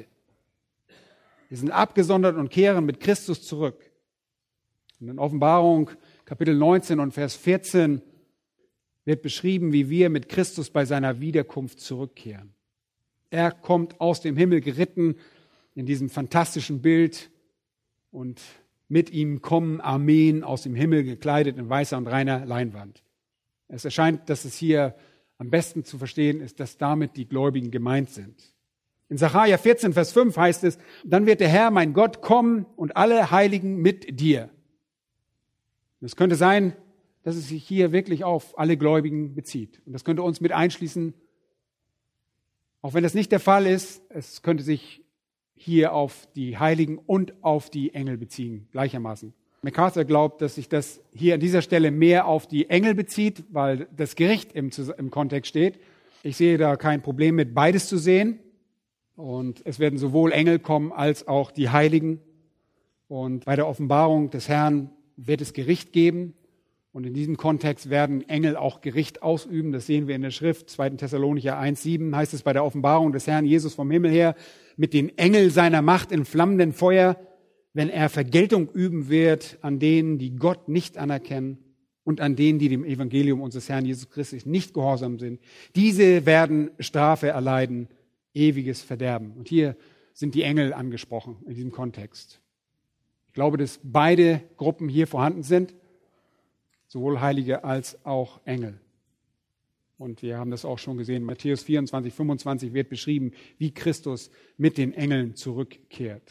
Wir sind abgesondert und kehren mit Christus zurück. Und in Offenbarung, Kapitel neunzehn und Vers vierzehn wird beschrieben, wie wir mit Christus bei seiner Wiederkunft zurückkehren. Er kommt aus dem Himmel geritten in diesem fantastischen Bild und Mit ihm kommen Armeen aus dem Himmel, gekleidet in weißer und reiner Leinwand. Es erscheint, dass es hier am besten zu verstehen ist, dass damit die Gläubigen gemeint sind. In Sacharja vierzehn, Vers fünf heißt es, dann wird der Herr, mein Gott, kommen und alle Heiligen mit dir. Es könnte sein, dass es sich hier wirklich auf alle Gläubigen bezieht. Und das könnte uns mit einschließen, auch wenn das nicht der Fall ist, es könnte sich hier auf die Heiligen und auf die Engel beziehen, gleichermaßen. MacArthur glaubt, dass sich das hier an dieser Stelle mehr auf die Engel bezieht, weil das Gericht im, im Kontext steht. Ich sehe da kein Problem mit, beides zu sehen. Und es werden sowohl Engel kommen als auch die Heiligen. Und bei der Offenbarung des Herrn wird es Gericht geben. Und in diesem Kontext werden Engel auch Gericht ausüben. Das sehen wir in der Schrift. zweiter Thessalonicher eins, sieben heißt es bei der Offenbarung des Herrn Jesus vom Himmel her, mit den Engeln seiner Macht in flammendem Feuer, wenn er Vergeltung üben wird an denen, die Gott nicht anerkennen und an denen, die dem Evangelium unseres Herrn Jesus Christus nicht gehorsam sind. Diese werden Strafe erleiden, ewiges Verderben. Und hier sind die Engel angesprochen in diesem Kontext. Ich glaube, dass beide Gruppen hier vorhanden sind, sowohl Heilige als auch Engel. Und wir haben das auch schon gesehen. Matthäus vierundzwanzig, fünfundzwanzig wird beschrieben, wie Christus mit den Engeln zurückkehrt.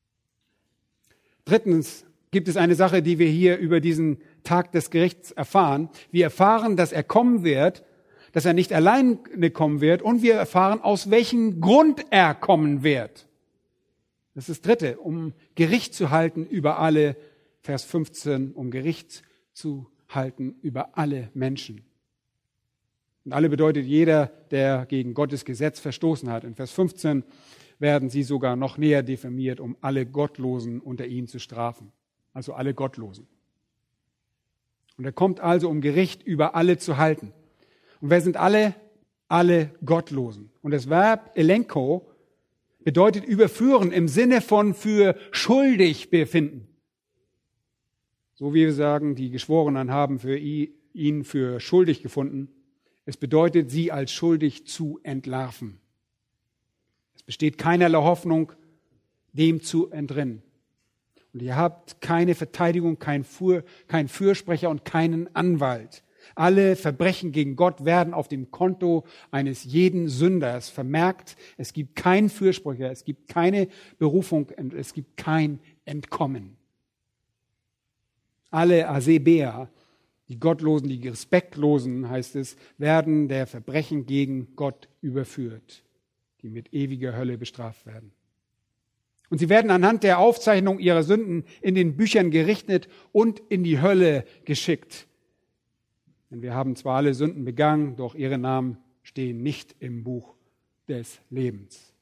Drittens gibt es eine Sache, die wir hier über diesen Tag des Gerichts erfahren. Wir erfahren, dass er kommen wird, dass er nicht alleine kommen wird und wir erfahren, aus welchem Grund er kommen wird. Das ist das Dritte, um Gericht zu halten über alle, Vers fünfzehn, um Gericht zu halten über alle Menschen. Und alle bedeutet jeder, der gegen Gottes Gesetz verstoßen hat. In Vers fünfzehn werden sie sogar noch näher definiert, um alle Gottlosen unter ihnen zu strafen. Also alle Gottlosen. Und er kommt also, um Gericht über alle zu halten. Und wer sind alle? Alle Gottlosen. Und das Verb elenko bedeutet überführen im Sinne von für schuldig befinden. So wie wir sagen, die Geschworenen haben für ihn für schuldig gefunden. Es bedeutet, sie als schuldig zu entlarven. Es besteht keinerlei Hoffnung, dem zu entrinnen. Und ihr habt keine Verteidigung, kein, Für, kein Fürsprecher und keinen Anwalt. Alle Verbrechen gegen Gott werden auf dem Konto eines jeden Sünders vermerkt. Es gibt keinen Fürsprecher, es gibt keine Berufung und es gibt kein Entkommen. Alle Asebea, die Gottlosen, die Respektlosen, heißt es, werden der Verbrechen gegen Gott überführt, die mit ewiger Hölle bestraft werden. Und sie werden anhand der Aufzeichnung ihrer Sünden in den Büchern gerichtet und in die Hölle geschickt. Denn wir haben zwar alle Sünden begangen, doch ihre Namen stehen nicht im Buch des Lebens.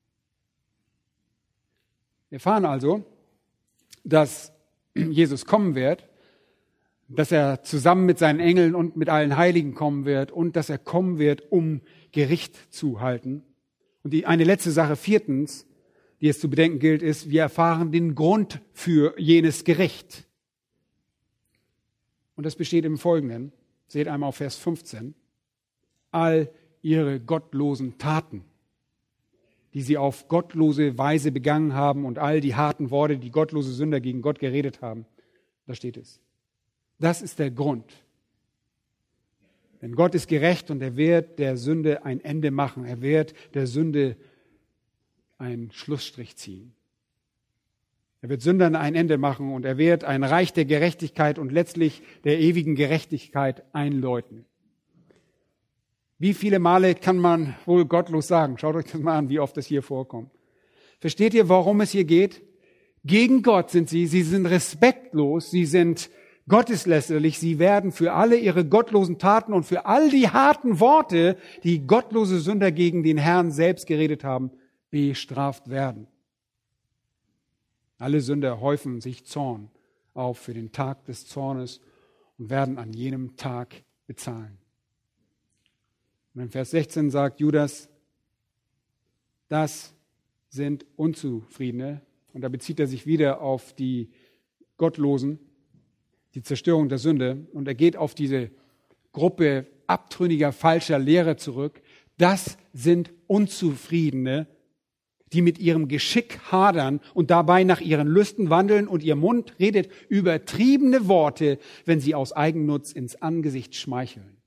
Wir erfahren also, dass Jesus kommen wird, dass er zusammen mit seinen Engeln und mit allen Heiligen kommen wird und dass er kommen wird, um Gericht zu halten. Und die eine letzte Sache, viertens, die es zu bedenken gilt, ist, wir erfahren den Grund für jenes Gericht. Und das besteht im Folgenden. Seht einmal auf Vers fünfzehn. All ihre gottlosen Taten, die sie auf gottlose Weise begangen haben und all die harten Worte, die gottlose Sünder gegen Gott geredet haben. Da steht es. Das ist der Grund. Denn Gott ist gerecht und er wird der Sünde ein Ende machen. Er wird der Sünde einen Schlussstrich ziehen. Er wird Sündern ein Ende machen und er wird ein Reich der Gerechtigkeit und letztlich der ewigen Gerechtigkeit einläuten. Wie viele Male kann man wohl gottlos sagen? Schaut euch das mal an, wie oft das hier vorkommt. Versteht ihr, worum es hier geht? Gegen Gott sind sie, sie sind respektlos, sie sind gotteslästerlich, sie werden für alle ihre gottlosen Taten und für all die harten Worte, die gottlose Sünder gegen den Herrn selbst geredet haben, bestraft werden. Alle Sünder häufen sich Zorn auf für den Tag des Zornes und werden an jenem Tag bezahlen. Und in Vers sechzehn sagt Judas, das sind Unzufriedene. Und da bezieht er sich wieder auf die Gottlosen, die Zerstörung der Sünde. Und er geht auf diese Gruppe abtrünniger, falscher Lehrer zurück. Das sind Unzufriedene, die mit ihrem Geschick hadern und dabei nach ihren Lüsten wandeln, und ihr Mund redet übertriebene Worte, wenn sie aus Eigennutz ins Angesicht schmeicheln.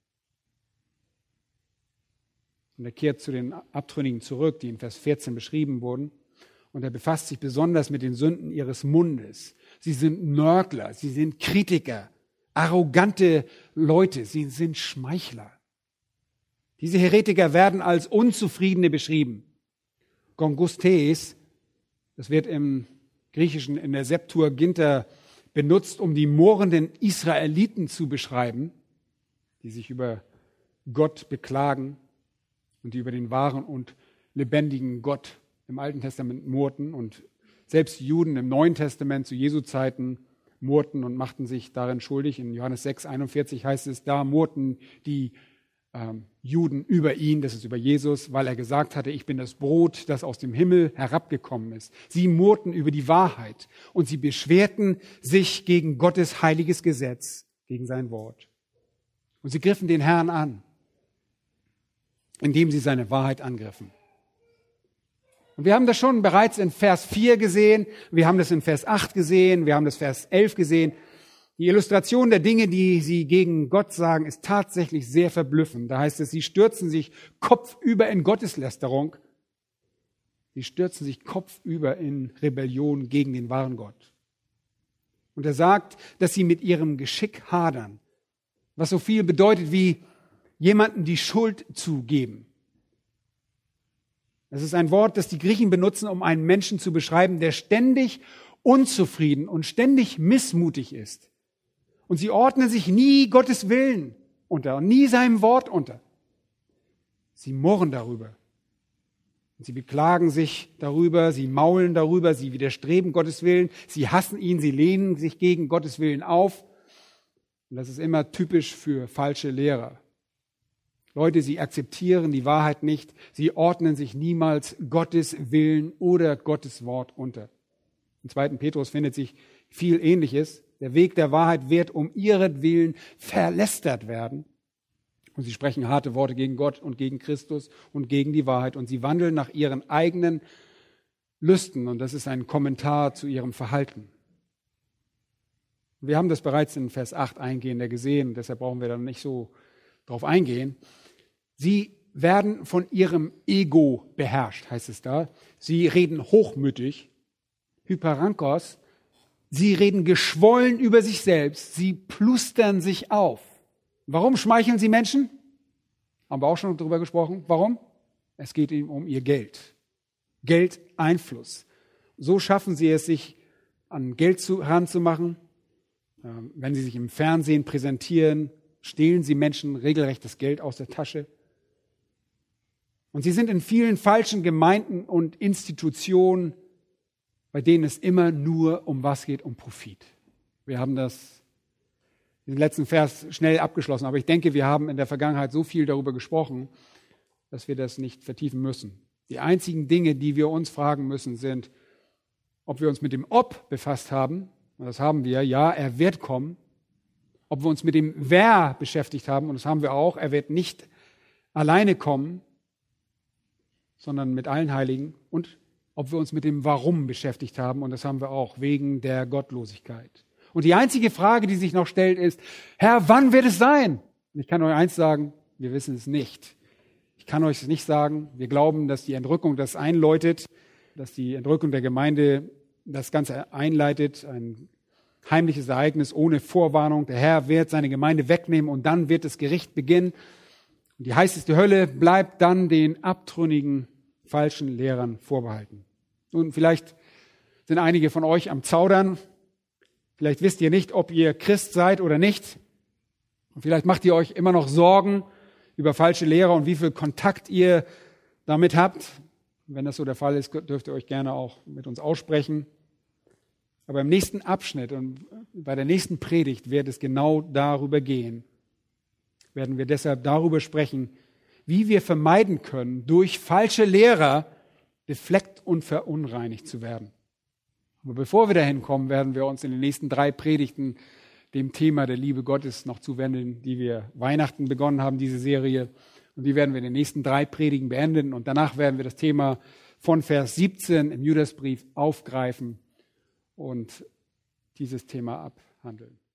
Und er kehrt zu den Abtrünnigen zurück, die in Vers vierzehn beschrieben wurden. Und er befasst sich besonders mit den Sünden ihres Mundes. Sie sind Nörgler, sie sind Kritiker, arrogante Leute, sie sind Schmeichler. Diese Heretiker werden als Unzufriedene beschrieben. Gongustes, das wird im Griechischen in der Septuaginta benutzt, um die murrenden Israeliten zu beschreiben, die sich über Gott beklagen und die über den wahren und lebendigen Gott im Alten Testament murrten. Und selbst die Juden im Neuen Testament zu Jesu Zeiten murrten und machten sich darin schuldig. In Johannes sechs einundvierzig heißt es, da murrten die ähm, Juden über ihn, das ist über Jesus, weil er gesagt hatte, ich bin das Brot, das aus dem Himmel herabgekommen ist. Sie murrten über die Wahrheit und sie beschwerten sich gegen Gottes heiliges Gesetz, gegen sein Wort. Und sie griffen den Herrn an, indem sie seine Wahrheit angriffen. Und wir haben das schon bereits in Vers vier gesehen, wir haben das in Vers acht gesehen, wir haben das Vers elf gesehen. Die Illustration der Dinge, die sie gegen Gott sagen, ist tatsächlich sehr verblüffend. Da heißt es, sie stürzen sich kopfüber in Gotteslästerung. Sie stürzen sich kopfüber in Rebellion gegen den wahren Gott. Und er sagt, dass sie mit ihrem Geschick hadern, was so viel bedeutet wie jemandem die Schuld zugeben. Das ist ein Wort, das die Griechen benutzen, um einen Menschen zu beschreiben, der ständig unzufrieden und ständig missmutig ist. Und sie ordnen sich nie Gottes Willen unter und nie seinem Wort unter. Sie murren darüber. Und sie beklagen sich darüber, sie maulen darüber, sie widerstreben Gottes Willen, sie hassen ihn, sie lehnen sich gegen Gottes Willen auf. Und das ist immer typisch für falsche Lehrer. Leute, sie akzeptieren die Wahrheit nicht, sie ordnen sich niemals Gottes Willen oder Gottes Wort unter. Im zweiten Petrus findet sich viel Ähnliches. Der Weg der Wahrheit wird um ihretwillen verlästert werden. Und sie sprechen harte Worte gegen Gott und gegen Christus und gegen die Wahrheit. Und sie wandeln nach ihren eigenen Lüsten. Und das ist ein Kommentar zu ihrem Verhalten. Wir haben das bereits in Vers acht eingehender gesehen. Deshalb brauchen wir da nicht so drauf eingehen. Sie werden von ihrem Ego beherrscht, heißt es da. Sie reden hochmütig, Hyperankos. Sie reden geschwollen über sich selbst. Sie plustern sich auf. Warum schmeicheln sie Menschen? Haben wir auch schon darüber gesprochen. Warum? Es geht ihnen um ihr Geld. Geld, Einfluss. So schaffen sie es, sich an Geld zu, heranzumachen. Wenn sie sich im Fernsehen präsentieren, stehlen sie Menschen regelrecht das Geld aus der Tasche. Und sie sind in vielen falschen Gemeinden und Institutionen, bei denen es immer nur um was geht, um Profit. Wir haben das in den letzten Vers schnell abgeschlossen, aber ich denke, wir haben in der Vergangenheit so viel darüber gesprochen, dass wir das nicht vertiefen müssen. Die einzigen Dinge, die wir uns fragen müssen, sind, ob wir uns mit dem Ob befasst haben, und das haben wir, ja, er wird kommen, ob wir uns mit dem Wer beschäftigt haben, und das haben wir auch, er wird nicht alleine kommen, sondern mit allen Heiligen, und ob wir uns mit dem Warum beschäftigt haben, und das haben wir auch, wegen der Gottlosigkeit. Und die einzige Frage, die sich noch stellt, ist, Herr, wann wird es sein? Und ich kann euch eins sagen, wir wissen es nicht. Ich kann euch es nicht sagen. Wir glauben, dass die Entrückung das einläutet, dass die Entrückung der Gemeinde das Ganze einleitet, ein heimliches Ereignis ohne Vorwarnung. Der Herr wird seine Gemeinde wegnehmen und dann wird das Gericht beginnen. Und die heißeste Hölle bleibt dann den abtrünnigen, falschen Lehrern vorbehalten. Nun, vielleicht sind einige von euch am Zaudern. Vielleicht wisst ihr nicht, ob ihr Christ seid oder nicht. Und vielleicht macht ihr euch immer noch Sorgen über falsche Lehrer und wie viel Kontakt ihr damit habt. Wenn das so der Fall ist, dürft ihr euch gerne auch mit uns aussprechen. Aber im nächsten Abschnitt und bei der nächsten Predigt wird es genau darüber gehen. Werden wir deshalb darüber sprechen, wie wir vermeiden können, durch falsche Lehrer befleckt und verunreinigt zu werden. Aber bevor wir dahin kommen, werden wir uns in den nächsten drei Predigten dem Thema der Liebe Gottes noch zuwenden, die wir Weihnachten begonnen haben, diese Serie. Und die werden wir in den nächsten drei Predigen beenden. Und danach werden wir das Thema von Vers siebzehn im Judasbrief aufgreifen und dieses Thema abhandeln.